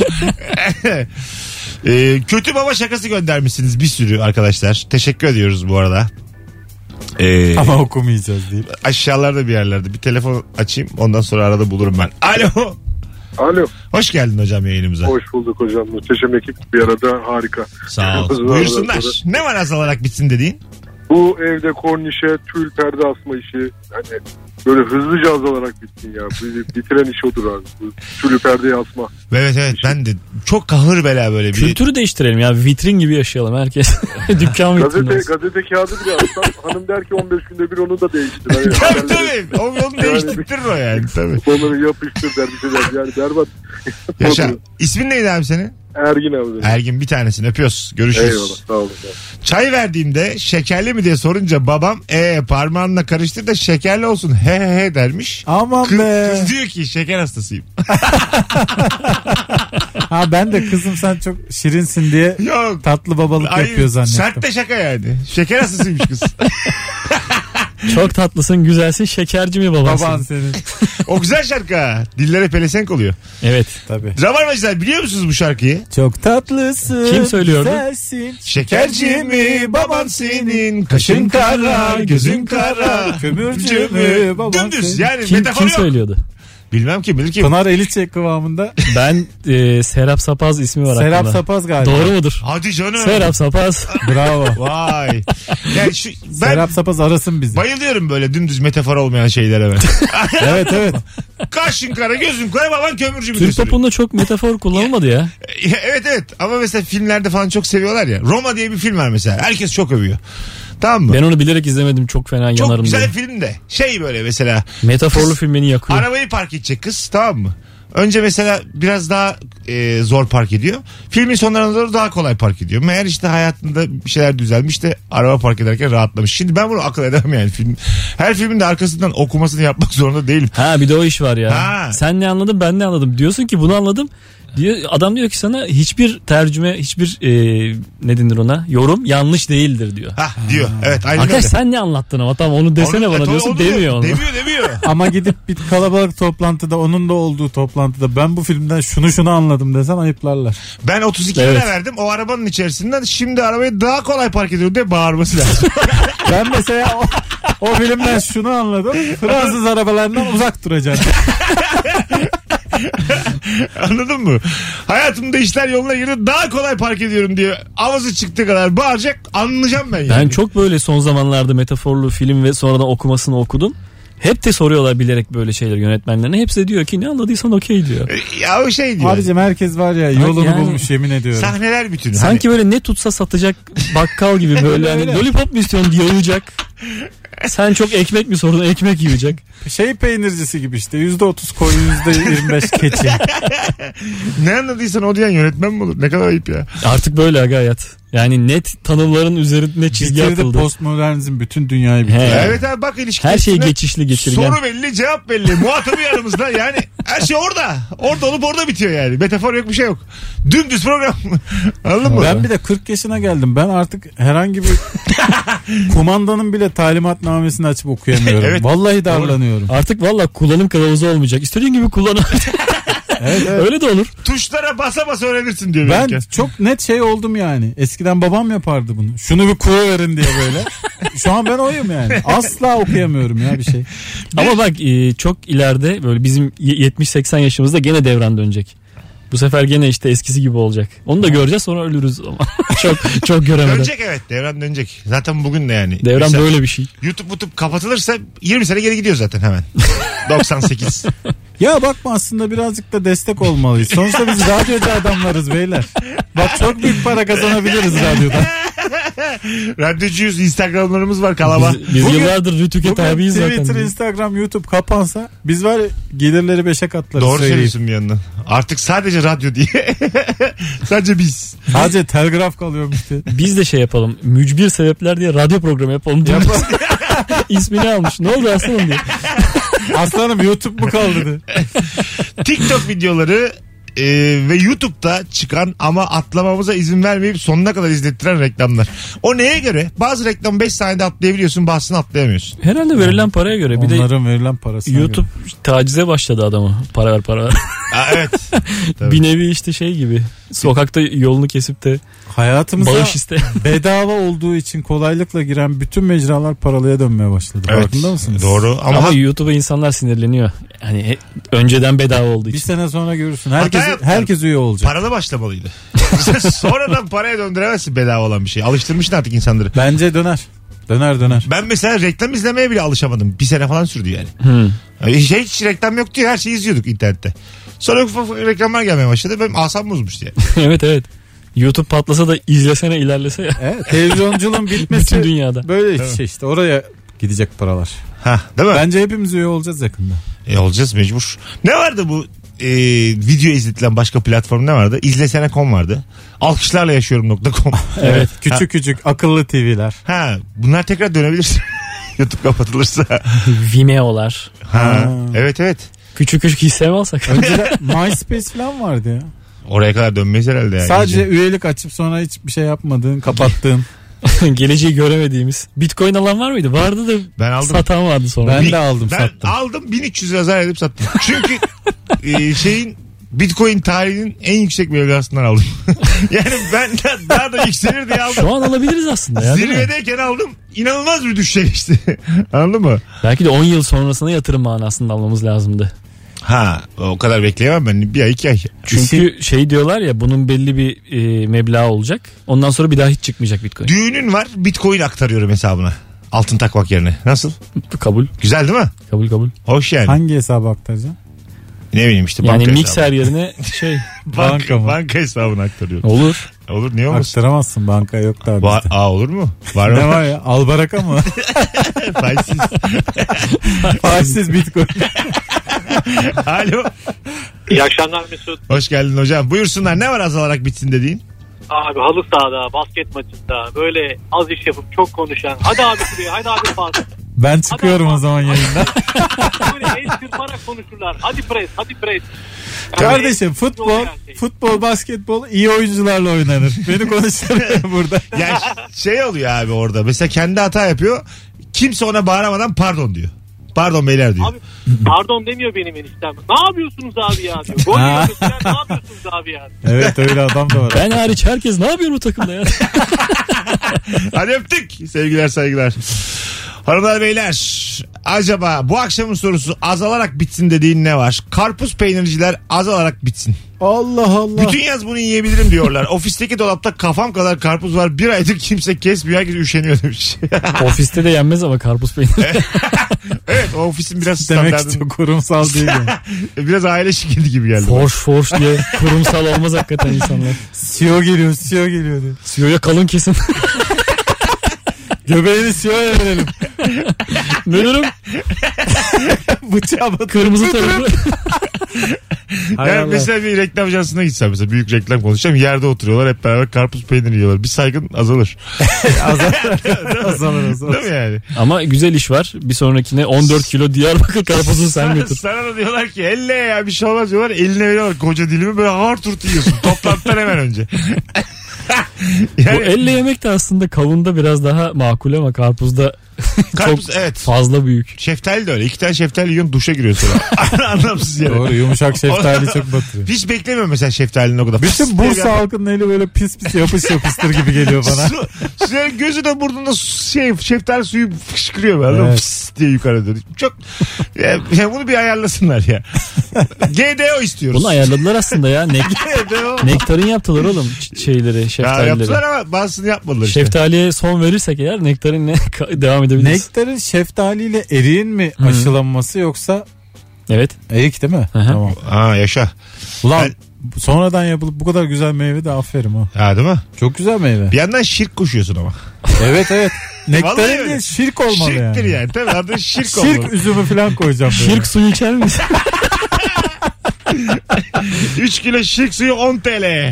B: ee, kötü baba şakası göndermişsiniz bir sürü arkadaşlar. Teşekkür ediyoruz bu arada. Ee,
D: Ama okumayacağız deyip.
B: aşağılarda bir yerlerde bir telefon açayım, ondan sonra arada bulurum ben. Alo.
H: Alo.
B: Hoş geldin hocam yayınımıza.
H: Hoş bulduk hocam. Muhteşem ekip bir arada, harika.
B: Sağ ol.
H: Uzun
B: Buyursunlar.
H: aradan sonra.
B: Ne var azalarak bitsin dediğin?
H: Bu evde kornişe, tül perde asma işi hani böyle hızlıca azalarak bitsin ya. Bu bitiren iş odur abi. Bu tülü perdeye asma.
B: Evet evet, ben de çok kahır bela böyle bir.
C: Kültürü değiştirelim ya, vitrin gibi yaşayalım herkes. Dükkan vitrini
H: Gazete,
C: olsun.
H: gazete kağıdı bile alsam hanım der ki on beş günde bir onu da değiştir. Hani
B: Tabii
H: haberleri-
B: tabii. O onu değiştirir o yani. Tabii.
H: Onları yapıştır der bir şeyler. Yani berbat.
B: Yaşa. İsmin neydi abi senin?
H: Ergin abi. benim.
B: Ergin bir tanesini öpüyoruz. Görüşürüz.
H: Eyvallah sağ olun.
B: Çay verdiğimde şekerli mi diye sorunca babam e parmağınla karıştır da şekerli olsun he he he dermiş.
D: Aman
B: Kız,
D: be.
B: kız diyor ki şeker hastasıyım.
D: Ha ben de kızım sen çok şirinsin diye
B: Yok.
D: tatlı babalık
B: Hayır,
D: yapıyor zannettim.
B: sert de şaka yani. Şeker hastasıymış kız.
C: Çok tatlısın, güzelsin, şekerci mi babansın?
D: Baban senin.
B: O güzel şarkı ha. Dillere pelesenk oluyor.
C: Evet.
D: Tabii.
B: Rabarbacılar biliyor musunuz bu şarkıyı?
D: Çok tatlısın.
C: Kim söylüyordu?
D: Güzelsin.
B: Şekerci mi baban senin, kaşın kara gözün kara,
D: Kömürcü mü baban
B: dümdüz
D: senin?
B: yani
C: Kim,
B: metafor
C: kim
B: yok.
C: söylüyordu?
B: Bilmem ki bilir kim.
D: Pınar Eliçek kıvamında.
C: Ben e, Serap Sapaz ismi var
D: Serap
C: aklımda.
D: Sapaz galiba.
C: Doğru mudur?
B: Hadi canım.
C: Serap Sapaz.
D: Bravo.
B: Vay. Yani şu, ben
D: Serap Sapaz arasın bizi.
B: bayılıyorum böyle dümdüz metafor olmayan şeylere ben.
D: Evet evet.
B: Kaşın kara gözün kara baban kömürcü mü?
C: Türk popunda çok metafor kullanılmadı ya.
B: Evet evet ama mesela filmlerde falan çok seviyorlar ya. Roma diye bir film var mesela. Herkes çok övüyor. Tamam mı?
C: Ben onu bilerek izlemedim, çok fena
B: Çok
C: yanarım
B: güzel
C: diye.
B: film de. Şey böyle mesela.
C: Metaforlu
B: Kız-
C: film beni yakıyor.
B: Arabayı park edecek kız, tamam mı? Önce mesela biraz daha e, zor park ediyor. Filmin sonlarına doğru daha kolay park ediyor. Meğer işte hayatında bir şeyler düzelmiş de araba park ederken rahatlamış. Şimdi ben bunu akıl edemem yani. Film, her filmin de arkasından okumasını yapmak zorunda değilim.
C: Ha bir de o iş var ya.
B: Ha.
C: Sen ne anladın, ben ne anladım. Diyorsun ki bunu anladım. Diyor, adam diyor ki sana hiçbir tercüme, hiçbir e, ne denir ona, yorum yanlış değildir diyor.
B: Hah diyor. Evet aynen
C: Arkadaş
B: öyle.
C: sen ne anlattın ama tamam onu desene
B: Onu-
C: bana
B: onu-
C: diyorsun,
B: onu
C: demiyor
B: diyor.
C: onu.
B: Demiyor demiyor.
D: Ama gidip bir kalabalık toplantıda onun da olduğu toplantıda ben bu filmden şunu şunu anladım desen ayıplarlar.
B: Ben otuz iki
C: Evet.
B: lira verdim o arabanın içerisinden, şimdi arabayı daha kolay park ediyorum diye bağırması lazım.
D: Ben mesela o, o filmden şunu anladım. Fransız arabalarından uzak duracaksın.
B: Anladın mı? Hayatımda işler yoluna girdi, daha kolay park ediyorum diye avazı çıktığı kadar bağıracak, anlayacağım ben yani.
C: Ben çok böyle son zamanlarda metaforlu film ve sonradan okumasını okudum. Hep de soruyorlar bilerek böyle şeyler yönetmenlerine. Hepsi de diyor ki ne anladıysan okey diyor.
B: Ya o şey diyor.
D: Abicim herkes var ya yolunu
C: yani.
D: bulmuş yemin ediyorum.
B: Sahneler bütünü.
C: Sanki böyle ne tutsa satacak bakkal gibi böyle hani
D: Öyle.
C: lollipop mu istiyorsun yayacak. Sen çok ekmek mi sordun, ekmek yiyecek.
D: Şey peynircisi gibi işte yüzde otuz koyun yüzde yirmi beş keçi.
B: Hani, ne anladıysan o diyen yönetmen mi olur? Ne kadar ayıp ya.
C: Artık böyle aga hayat. Yani net tanımların üzerine çizgi
D: Bitirdi
C: atıldı.
D: postmodernizm bütün dünyayı bitirdi.
C: He.
B: Evet abi bak ilişki.
C: Her şey
B: testinde
C: geçişli geçirgen.
B: soru belli, cevap belli. Muhatabı yanımızda. Yani her şey orada. Orada olup orada bitiyor yani. Metafor yok, bir şey yok. Dümdüz program. Anladın mı?
D: Ben bir de kırk yaşına geldim. Ben artık herhangi bir kumandanın bile talimatnamesini açıp okuyamıyorum.
B: Evet.
D: Vallahi darlanıyorum.
C: Artık valla kullanım kılavuzu olmayacak. İstediğin gibi kullan.
D: Evet, evet.
C: Öyle de olur.
B: Tuşlara basa basa öğrenirsin diyor.
D: Ben
B: belki.
D: çok net şey oldum yani. Eskiden babam yapardı bunu. Şunu bir kuru verin diye böyle. Şu an ben oyum yani. Asla okuyamıyorum ya bir şey.
C: Ama bak e, çok ileride böyle bizim yetmiş seksen yaşımızda gene devran dönecek. Bu sefer gene işte eskisi gibi olacak. Onu da göreceğiz, sonra ölürüz ama. çok çok göremeden.
B: Dönecek evet. Devran dönecek. Zaten bugün de yani.
C: Devran
B: Mesela
C: böyle bir şey.
B: YouTube YouTube kapatılırsa yirmi sene geri gidiyor zaten hemen. doksan sekiz.
D: Ya bakma aslında birazcık da destek olmalıyız. Sonuçta biz radyocu adamlarız beyler. Bak çok büyük para kazanabiliriz radyodan.
B: Radyocuyuz. Instagramlarımız var kalaba.
C: Biz, biz
D: Bugün-
C: yıllardır Rütük'e
D: Bugün
C: tabiiz zaten.
D: Twitter, Instagram, YouTube kapansa biz var ya, gelirleri beşe katlarız.
B: Doğru
D: söyleyeyim.
B: söylüyorsun bir yandan. Artık sadece radyo diye. Sadece biz.
D: Sadece telgraf kalıyormuş diye.
C: Biz de şey yapalım. Mücbir sebepler diye radyo programı yapalım. İsmini almış. Ne oldu aslanım diye.
D: Aslanım YouTube mu kaldı diye.
B: TikTok videoları e, ve YouTube'da çıkan ama atlamamıza izin vermeyip sonuna kadar izlettiren reklamlar. O neye göre? Bazı reklam beş saniyede atlayabiliyorsun, bazısını atlayamıyorsun.
C: Herhalde verilen paraya göre. Bir de
D: Onların verilen parasına
C: YouTube tacize başladı adamı. Para ver para ver.
B: Aa, evet. Tabii.
C: Bir nevi işte şey gibi. Sokakta yolunu kesip de
D: hayatımıza
C: bağış iste.
D: bedava olduğu için kolaylıkla giren bütün mecralar paralıya dönmeye başladı.
B: Evet.
D: Farkında mısınız?
B: Doğru ama,
C: Ama YouTube'a insanlar sinirleniyor. Yani he- önceden bedava olduğu
D: Bir
C: için.
D: sene sonra görürsün. Herkes
B: Hata yaptılar.
D: herkes üye olacak.
B: paralı başlamalıydı. Sonradan paraya döndüremezsin bedava olan bir şey. Alıştırmışsın artık insanları.
D: Bence döner. Döner döner.
B: Ben mesela reklam izlemeye bile alışamadım. Bir sene falan sürdü yani.
C: Hmm.
B: Yani şey, hiç reklam yoktu ya, her şeyi izliyorduk internette. Sonra ufak ufak reklamlar gelmeye başladı. Benim asam bozmuştu yani.
C: Evet evet. YouTube patlasa da izlesene ilerlese ya.
D: Evet, televizyonculuğun bitmesi
C: Bütün dünyada.
D: böyle şey işte oraya gidecek paralar.
B: Ha, değil mi?
D: Bence hepimiz üye olacağız yakında.
B: E olacağız mecbur. Ne vardı bu e, video izletilen başka platform ne vardı? İzlesene nokta com vardı. Alkışlarla yaşıyorum nokta com.
D: Evet. Küçük küçük akıllı T V'ler.
B: Ha, bunlar tekrar dönebilir. YouTube kapatılırsa.
C: Vimeo'lar.
B: Ha,
D: Ha.
B: evet evet.
C: Küçük küçük hisse mi alsak?
D: Önceden MySpace falan vardı ya.
B: Oraya kadar dönmeyiz herhalde yani.
D: Sadece
B: İyice.
D: üyelik açıp sonra hiçbir şey yapmadığın, kapattığın.
C: Geleceği göremediğimiz. Bitcoin alan var mıydı? Vardı da
B: Ben aldım.
C: satan vardı sonra.
D: Ben
B: Bir-
D: de aldım,
B: ben
D: sattım.
B: aldım bin üç yüz lira zarar edip sattım. Çünkü e, şeyin Bitcoin tarihinin en yüksek mevlasından aldım. Yani ben de- daha da yükselir diye aldım.
C: Şu an alabiliriz aslında ya, değil mi?
B: Zirvedeyken aldım. İnanılmaz bir düşüşe geçti. Anladın mı?
C: Belki de on yıl sonrasına yatırım manasında almamız lazımdı.
B: Ha, o kadar bekleyemem ben. Bir ay iki ay.
C: Çünkü şey diyorlar ya, bunun belli bir e, meblağı olacak. Ondan sonra bir daha hiç çıkmayacak Bitcoin.
B: Düğünün var, Bitcoin aktarıyorum hesabına. Altın takmak yerine. Nasıl?
C: Kabul.
B: Güzel değil mi?
C: Kabul kabul.
B: Hoş yani.
D: Hangi hesaba aktaracaksın?
B: Ne bileyim işte
C: Yani
B: banka
C: mikser
B: hesabı.
C: yerine şey
B: Banka,
D: banka mı?
B: banka hesabına aktarıyorum.
C: olur.
B: Olur, niye olmasın?
D: Aktaramazsın, banka yok da
B: Va-
D: bizde.
B: Aa, olur mu? Var
D: Ne
B: mı?
D: var ya? Albaraka mı?
B: Faizsiz.
D: Faizsiz Bitcoin.
B: Alo.
F: İyi akşamlar Mesut.
B: Hoş geldin hocam. Buyursunlar, ne var azalarak bitsin dediğin?
F: Abi halı sahada, basket maçında böyle az iş yapıp çok konuşan. Hadi abi şuraya, hadi abi pas.
D: Ben çıkıyorum o zaman yayından.
F: Böyle el çırparak konuşurlar. Hadi pres, hadi pres. Yani
D: Kardeşim futbol,
F: olmayan şey.
D: futbol, basketbol iyi oyuncularla oynanır. Beni konuşturuyor burada.
B: Yani şey oluyor abi orada. Mesela kendi hata yapıyor. Kimse ona bağıramadan pardon diyor. Pardon beyler diyor.
F: Abi pardon demiyor benim eniştem. Ne yapıyorsunuz abi ya diyor. Gol yiyor mesela, ne yapıyorsunuz abi ya?
D: Evet, öyle adam da var.
C: Ben hariç herkes ne yapıyor bu takımda ya?
B: Hadi öptük. Sevgiler saygılar. Hanımlar beyler, acaba bu akşamın sorusu azalarak bitsin dediğin ne var? Karpuz peynirciler azalarak bitsin.
D: Allah Allah.
B: Bütün yaz bunu yiyebilirim diyorlar. Ofisteki dolapta kafam kadar karpuz var. Bir aydır kimse kesmiyor. Herkes üşeniyor demiş.
C: Ofiste de yenmez ama karpuz peyniri.
B: Evet, o ofisin biraz
D: Demek ki
B: standartı.
D: çok kurumsal değil. Yani.
B: Biraz aile şirketi gibi geldi.
C: Forş forş diye kurumsal olmaz hakikaten insanlar.
D: C E O geliyor, C E O geliyor diyor.
C: C E O'ya kalın kesin.
D: Göbeğini C E O'ya verelim.
C: Müdürüm
D: Bıçağı batır.
C: kırmızı tarafı.
D: Hay
B: Yani
D: Allah.
B: mesela bir reklam ajansına gitsem, mesela büyük reklam konuşacağım, yerde oturuyorlar hep beraber karpuz peyniri yiyorlar. Bir saygın azalır.
D: azalır, azalır, azalır.
B: Değil mi yani?
C: Ama güzel iş var. Bir sonrakine on dört kilo Diyarbakır karpuzu sen götür.
B: Sana da diyorlar ki elle ya bir şey olmaz diyorlar. Eline veriyorlar koca dilimi, böyle ağır turt yiyorsun. Toplantıdan hemen önce. Yani,
C: Bu elle yemek de aslında kavunda biraz daha makul ama karpuzda
B: karpuz,
C: çok
B: evet.
C: fazla büyük.
B: Şeftali de öyle. İki tane şeftali yiyorsun, duşa giriyorsun. Anlamsız yani.
D: Doğru, yumuşak şeftali çok batırıyor.
B: Hiç beklemiyorum mesela şeftalinin o kadar. Fıs
D: Bütün
B: diye
D: Bursa
B: bir-
D: halkının eli böyle pis pis yapış yapıştır gibi geliyor bana.
B: Su, su- gözü de burnunda su- şey, şeftali suyu fışkırıyor böyle.
D: Evet.
B: Fıs diye yukarı dönüyor. Çok ya, ya bunu bir ayarlasınlar ya. G D O istiyoruz.
C: Bunu ayarladılar aslında ya. Nek
B: G D O.
C: nektarin yaptılar oğlum ç- şeyleri,
B: Ya
C: şeftalileri.
B: yaptılar ama bazısını yapmadılar işte.
C: Şeftaliye son verirsek eğer nektarinle ka- devam edebiliriz.
D: Nektarin şeftaliyle eriğin mi
C: Hı.
D: aşılanması yoksa
C: Evet.
D: erik değil mi?
C: Hı hı.
D: Tamam.
B: Ha, yaşa.
D: Ulan sonradan yapılıp bu kadar güzel meyve de aferin ha.
B: Ha, değil mi?
D: Çok güzel meyve.
B: Bir yandan şirk koşuyorsun ama.
D: Evet evet.
B: Vallahi
D: Nektarin
B: öyle.
D: değil, şirk olmalı
B: Şirktir
D: yani.
B: yani. Tabii adı şirk olmalı.
D: Şirk üzümü falan koyacağım. böyle.
C: Şirk suyu içer miyiz?
B: üç kilo şirk suyu on TL.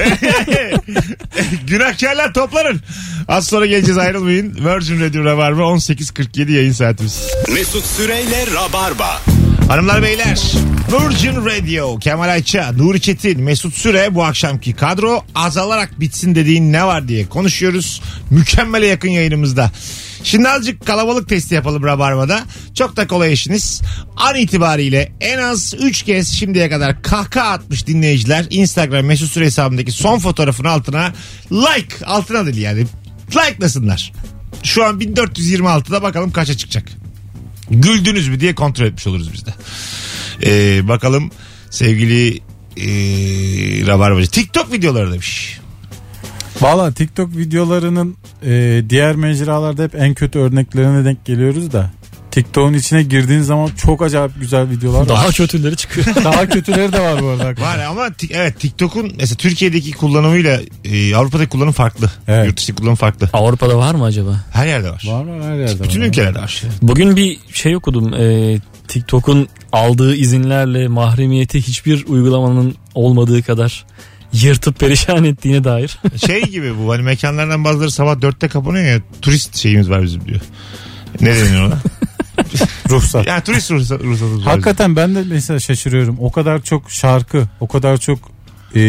B: Günahkarlar toplanın. Az sonra geleceğiz, ayrılmayın. Virgin Radio var mı? on sekiz kırk yedi yayın saatimiz.
A: Mesut Süreyle Rabarba.
B: Hanımlar beyler, Virgin Radio, Kemal Ayça, Nuri Çetin, Mesut Süre bu akşamki kadro. Azalarak bitsin dediğin ne var diye konuşuyoruz. Mükemmele yakın yayınımızda. Şimdi azıcık kalabalık testi yapalım Rabarba'da. Çok da kolay işiniz. An itibariyle en az üç kez şimdiye kadar kahkaha atmış dinleyiciler Instagram Mesut Süre hesabındaki son fotoğrafın altına like, altına değil yani, like'lasınlar. Şu an bin dört yüz yirmi altıda, bakalım kaça çıkacak. Güldünüz mü diye kontrol etmiş oluruz biz de. Ee, bakalım sevgili ee, Rabarbacı. TikTok videoları demiş.
D: Valla TikTok videolarının e, diğer mecralarda hep en kötü örneklerine denk geliyoruz da. TikTok'un içine girdiğin zaman çok acayip güzel videolar
C: Daha
D: var.
C: kötüleri çıkıyor.
D: Daha kötüleri de var bu arada.
B: Var ama ti- evet TikTok'un mesela Türkiye'deki kullanımıyla e, Avrupa'daki kullanım farklı.
D: Evet.
B: Yurt dışı kullanım farklı.
C: Avrupa'da var mı acaba?
B: Her yerde var.
D: Var var her yerde
B: Bütün
D: var.
B: ülkelerde var.
C: Bugün bir şey okudum. Ee, TikTok'un aldığı izinlerle mahremiyeti hiçbir uygulamanın olmadığı kadar yırtıp perişan ettiğine dair.
B: Şey gibi bu hani mekanlardan bazıları sabah dörtte kapanıyor ya, turist şeyimiz var bizim diyor. Ne deniyor ona?
D: Ruhsat.
B: Yani turist ruhsat, ruhsatımız var.
D: Hakikaten ben de mesela şaşırıyorum. O kadar çok şarkı, o kadar çok e,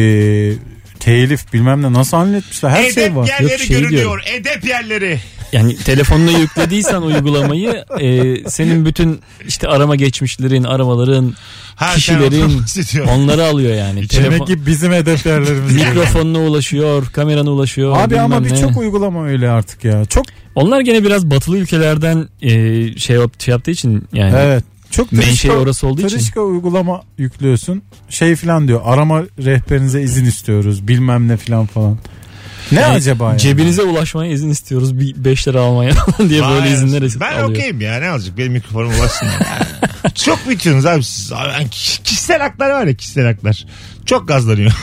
D: telif bilmem ne nasıl halletmişler. Her
B: Edep
D: şey var.
B: yerleri
C: Yok, şey
B: görünüyor.
C: diyorum.
B: Edep yerleri.
C: Yani telefonuna yüklediysen uygulamayı e, senin bütün işte arama geçmişlerin, aramaların,
B: Ha, sen
C: kişilerin
B: ondan bahsediyorsun.
C: onları alıyor yani.
D: Demek
C: Telefon,
D: ki bizim hedeflerimiz.
C: mikrofonuna ulaşıyor, kamerana ulaşıyor.
D: Abi ama
C: bilmem ne.
D: birçok uygulama öyle artık ya. Çok
C: Onlar gene biraz batılı ülkelerden e, şey, yap, şey yaptığı için yani.
D: evet. Çok
C: Menşei
D: tırışka,
C: orası olduğu için.
D: tırışka uygulama yüklüyorsun. Şey falan diyor. Arama rehberinize izin istiyoruz. Bilmem ne falan falan. Ne
C: Yani
D: acaba yani?
C: Cebinize ulaşmaya izin istiyoruz. Bir beş lira almaya diye böyle
B: Vay
C: izinler
B: anasını. Ben
C: alıyor.
B: okeyim ya, ne alacak benim mikrofonum ulaşsın. Çok bitiyorsunuz abi siz. Abi, yani kişisel haklar var ya, kişisel haklar. Çok gazlanıyor.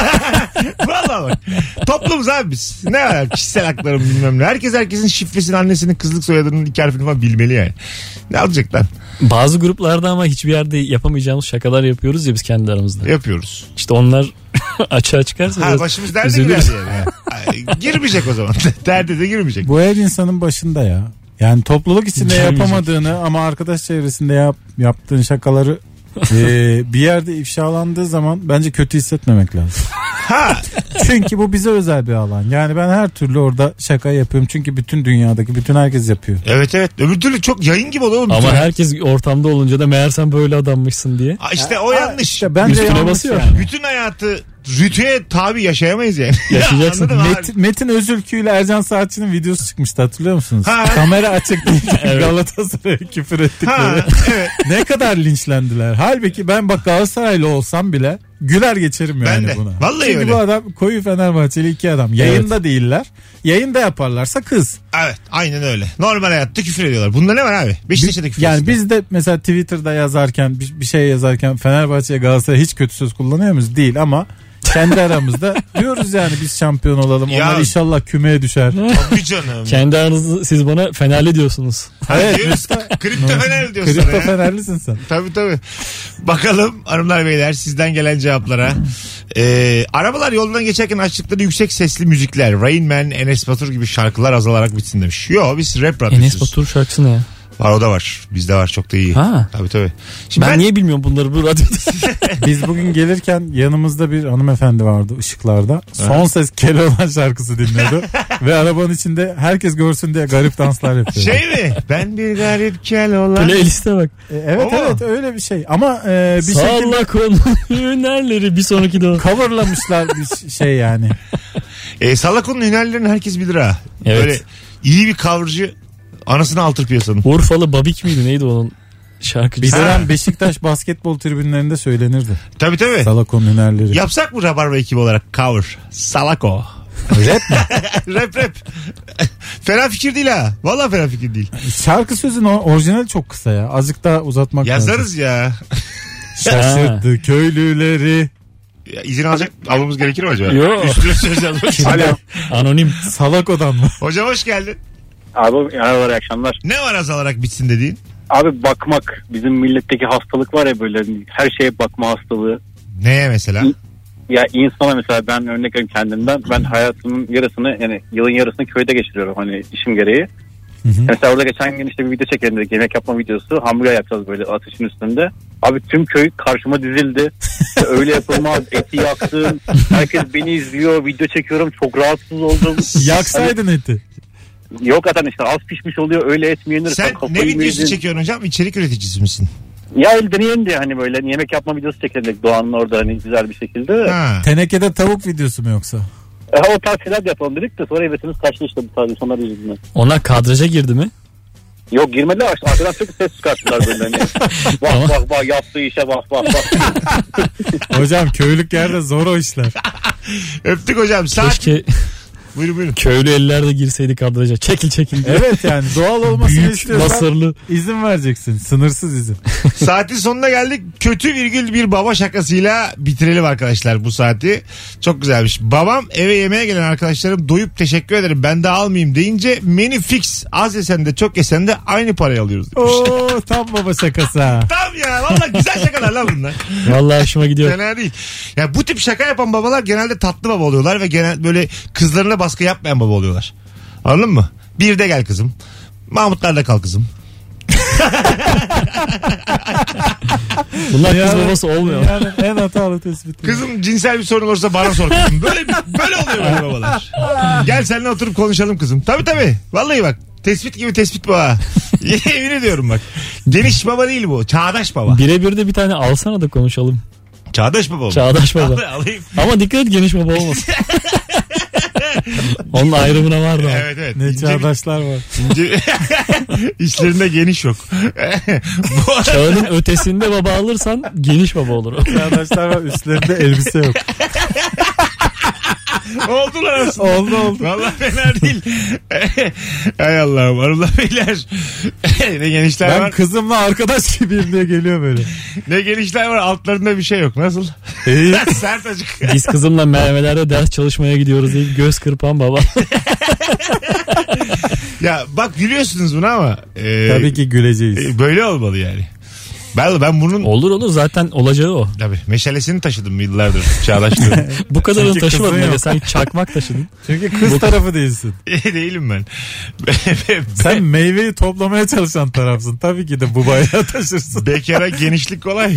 B: Vallahi bak. Toplumuz abi biz. Ne var kişisel haklarım bilmem ne. Herkes herkesin şifresini, annesinin kızlık soyadının iki harfini falan bilmeli yani. Ne alacak lan?
C: Bazı gruplarda ama hiçbir yerde yapamayacağımız şakalar yapıyoruz ya biz kendi aramızda.
B: Yapıyoruz.
C: İşte onlar açığa çıkarsa
B: Ha,
C: biraz
B: başımız derde girer
C: üzülürüz.
B: yani. Ay, girmeyecek o zaman. Derde de girmeyecek.
D: Bu her insanın başında ya. Yani topluluk içinde
C: Girmeyecek.
D: yapamadığını ama arkadaş çevresinde yap, yaptığın şakaları e, bir yerde ifşalandığı zaman bence kötü hissetmemek lazım.
B: Ha,
D: Çünkü bu bize özel bir alan. Yani ben her türlü orada şaka yapıyorum. Çünkü bütün dünyadaki bütün herkes yapıyor.
B: evet evet. Öbür türlü çok yayın gibi oluyor oğlum.
C: Ama
B: Bütün-
C: herkes ortamda olunca da meğer sen böyle adammışsın diye.
B: Aa, İşte o yanlış.
D: İşte bence
C: Üstüne
D: yanlış
C: basıyor.
D: yani.
B: Bütün hayatı rütüye tabi yaşayamayız yani.
C: Yaşayacaksın.
B: Anladın mı?
D: Metin, Metin Özülkü ile Ercan Saatçı'nın videosu çıkmıştı, hatırlıyor musunuz?
B: Ha.
D: Kamera açık değil.
C: Evet.
D: Galatasaray'a küfür ettikleri.
B: Ha, evet.
D: Ne kadar linçlendiler. Halbuki ben bak Galatasaraylı olsam bile güler geçerim yani
B: Ben de.
D: buna.
B: Vallahi
D: Çünkü
B: öyle.
D: bu adam koyu Fenerbahçeli iki adam. Yayında değiller. Yayında yaparlarsa kız.
B: Evet, aynen öyle. Normal hayatta küfür ediyorlar. Bunda ne var abi? Beşiktaş'a da küfür
D: Yani
B: etsinler.
D: biz de mesela Twitter'da yazarken bir, bir şey yazarken Fenerbahçe'ye Galatasaray'a hiç kötü söz kullanıyor muyuz? Değil ama kendi aramızda diyoruz yani biz şampiyon olalım.
B: Ya.
D: Onlar inşallah kümeye düşer.
B: Tabii canım.
C: Kendi aranızda siz bana Fenerli diyorsunuz.
B: Ha,
D: Evet,
B: diyoruz. Kripto Fener diyorsun
D: Kripto
B: sana ya.
D: Fenerlisin sen.
B: Tabii tabii. Bakalım hanımlar beyler sizden gelen cevaplara. Ee, arabalar yoldan geçerken açtıkları yüksek sesli müzikler, Rain Man, Enes Batur gibi şarkılar azalarak bitsin demiş. Yo, biz rap radyosu.
C: Enes Batur şarkısı ne ya?
B: Var, o da var. Bizde var, çok da iyi.
C: Ha.
B: Tabii tabii. Şimdi
C: Ben,
B: ben,
C: niye bilmiyorum bunları bu radyoda?
D: Biz bugün gelirken yanımızda bir hanımefendi vardı ışıklarda. Son ses Keloğlan şarkısı dinliyordu. Ve arabanın içinde herkes görsün diye garip danslar yapıyor.
B: şey mi? Ben bir garip kel olan.
C: Playlist'e bak.
D: E, evet
B: Ama-
D: evet öyle bir şey. Ama e, bir şekilde
C: Salla konu hünerleri bir sonraki de o.
D: coverlamışlar bir şey yani.
B: E, Salakon'un hünerlerini herkes bilir ha.
C: Evet.
B: Böyle iyi bir covercı anasını altır piyasanın.
C: Urfalı Babik miydi neydi onun
D: Bir
C: şarkıcısı?
D: dönem Beşiktaş basketbol tribünlerinde söylenirdi.
B: Tabii tabii.
D: Salakon hünerleri.
B: Yapsak mı Rabarba ekibi olarak cover? Salako.
D: Rap mi?
B: rap rap. Fena fikir değil ha. Vallahi fena fikir değil.
D: Şarkı sözün o- orijinali çok kısa ya. Azıcık daha uzatmak lazım.
B: Yazarız ya.
D: Şaşırttı köylüleri.
B: Ya, İzin alacak almamız gerekir mi acaba?
C: Yo.
B: Üstüne söz yazmak.
F: Alo.
C: Anonim.
D: Salako'dan mı?
B: Hocam hoş geldin.
F: Abi merhabalar, iyi akşamlar.
B: Ne var azalarak bitsin dediğin?
F: Abi bakmak, bizim milletteki hastalık var ya, böyle her şeye bakma hastalığı.
B: Neye mesela?
F: Ya insana mesela, ben örnek vereyim kendimden. Ben hayatımın yarısını, yani yılın yarısını köyde geçiriyorum hani işim gereği.
D: Hı hı.
F: Mesela orada geçen gün işte bir video çekelim dedik, yemek yapma videosu. Hamburger yapacağız böyle ateşin üstünde. Abi tüm köy karşıma dizildi. İşte öyle yapılmaz, eti yaksın. Herkes beni izliyor, video çekiyorum, çok rahatsız oldum.
D: Yaksaydın eti.
F: Yok zaten işte az pişmiş oluyor, öyle et mi yenir?
B: Sen
F: Kafayı
B: ne
F: mı
B: videosu
F: yedin?
B: çekiyorsun hocam? İçerik üreticisi misin?
F: Ya el deneyelim diye hani böyle yemek yapma videosu çekelim Doğan'ın orada hani güzel bir şekilde.
B: Ha.
D: Tenekede tavuk videosu mu yoksa?
F: E, o tarz şeyler de yapalım dedik de sonra hevesimiz kaçtı işte bu tarz insanlar yüzünden.
C: Onlar kadraja girdi mi?
F: Yok girmediler, arkadan sürekli ses çıkarttılar böyle hani. Bak bak bak yaptığı işe bak bak bak.
D: Hocam köylük yerde zor o işler.
B: Öptük hocam. Saat,
C: Keşke
B: Buyurun buyurun.
C: Köylü eller de girseydi kadraja. Çekil çekil diye.
D: Evet yani doğal olmasını
C: Büyük,
D: istiyorsan
C: nasırlı.
D: izin vereceksin. Sınırsız izin.
B: Saatin sonuna geldik. Kötü virgül bir baba şakasıyla bitirelim arkadaşlar bu saati. Çok güzelmiş. Babam eve yemeğe gelen arkadaşlarım doyup teşekkür ederim ben de almayayım deyince menü fix. Az yesen de çok yesen de aynı parayı alıyoruz demiş.
D: Oo tam baba şakası ha.
B: Tam ya valla güzel şakalar lan bunlar.
C: Vallahi hoşuma gidiyor.
B: Fena değil. Ya bu tip şaka yapan babalar genelde tatlı baba oluyorlar ve genel böyle kızlarına baskı yapmayan baba oluyorlar. Anladın mı? Bir de gel kızım. Mahmutlarla kal kızım.
C: Bunlar kız
D: Yani-
C: babası olmuyor.
D: Yani en hatalı tespit.
B: Kızım cinsel bir sorun olursa bana sor kızım. Böyle böyle oluyor böyle babalar. Gel seninle oturup konuşalım kızım. Tabii tabii. Vallahi bak. Tespit gibi tespit bu ha. Yemin ediyorum bak. Geniş baba değil bu. Çağdaş baba.
C: Birebir de bir tane alsana da konuşalım.
B: Çağdaş baba mı?
C: Çağdaş baba.
B: Al- alayım.
C: Ama dikkat et geniş baba olmasın. Onun ayrımına var da.
B: Evet evet.
D: Ne
B: İnce-
D: çağdaşlar var.
B: ince- İşlerinde geniş yok. Bu arada
C: Çağının ötesinde baba alırsan geniş baba olur. o.
D: Çağdaşlar var üstlerinde elbise yok.
B: oldu lan aslında.
D: Oldu oldu.
B: Valla fena değil. Hay Allah'ım. Hanımlar beyler. Ne genişler
D: Ben
B: var.
D: kızımla arkadaş gibiyim diye geliyor böyle.
B: Ne genişler var. Altlarında bir şey yok. Nasıl?
D: İyi.
B: Sert acık.
C: Biz kızımla mervelerde ders çalışmaya gidiyoruz deyip göz kırpan baba.
B: Ya bak gülüyorsunuz buna ama. e,
D: Tabii ki güleceğiz.
B: e, böyle olmalı yani. Ben, ben bunun
C: Olur olur zaten olacağı o.
B: tabii meşalesini taşıdım yıllardır çağdaşlığım.
C: Bu kadarını
D: Çünkü
C: taşımadın
D: kızın
C: öyle.
D: yok.
C: Sen çakmak taşıdın.
D: Çünkü kız tarafı değilsin.
B: Değilim ben.
D: Sen meyveyi toplamaya çalışan tarafsın. Tabii ki de bu bayağı taşırsın.
B: Bekara genişlik kolay.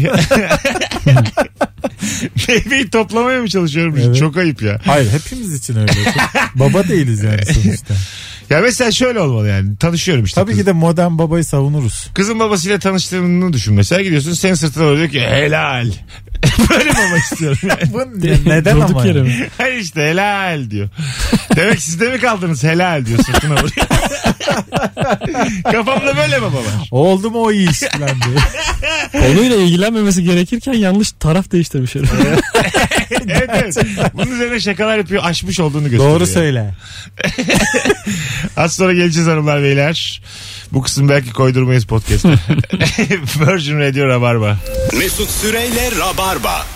B: Meyveyi toplamaya mı çalışıyorum?
D: Evet.
B: Çok ayıp ya.
D: Hayır hepimiz için öyle. Baba değiliz yani sonuçta.
B: Ya mesela şöyle olmalı yani. Tanışıyorum işte.
D: Tabii
B: kız-
D: ki de modern babayı savunuruz.
B: Kızın babasıyla tanıştığını düşün mesela. Gidiyorsun senin sırtına doğru diyor ki helal. Böyle baba istiyorum yani.
D: Bu ne- neden
C: Durduk
D: ama?
C: yere
D: yani?
C: mi?
B: Hayır işte helal diyor. Demek siz de mi kaldınız helal diyor sırtına vuruyor. Kafamda böyle baba var.
D: Oldu mu o iyi iş falan diye.
C: Konuyla ilgilenmemesi gerekirken yanlış taraf değiştirmiş herif.
B: Evet evet. Bunun üzerine şakalar yapıyor aşmış olduğunu gösteriyor.
D: Doğru söyle.
B: Az sonra geleceğiz hanımlar beyler. Bu kısım belki koydurmayız podcast'a. Virgin Radio Rabarba.
A: Mesut Süreyle Rabarba.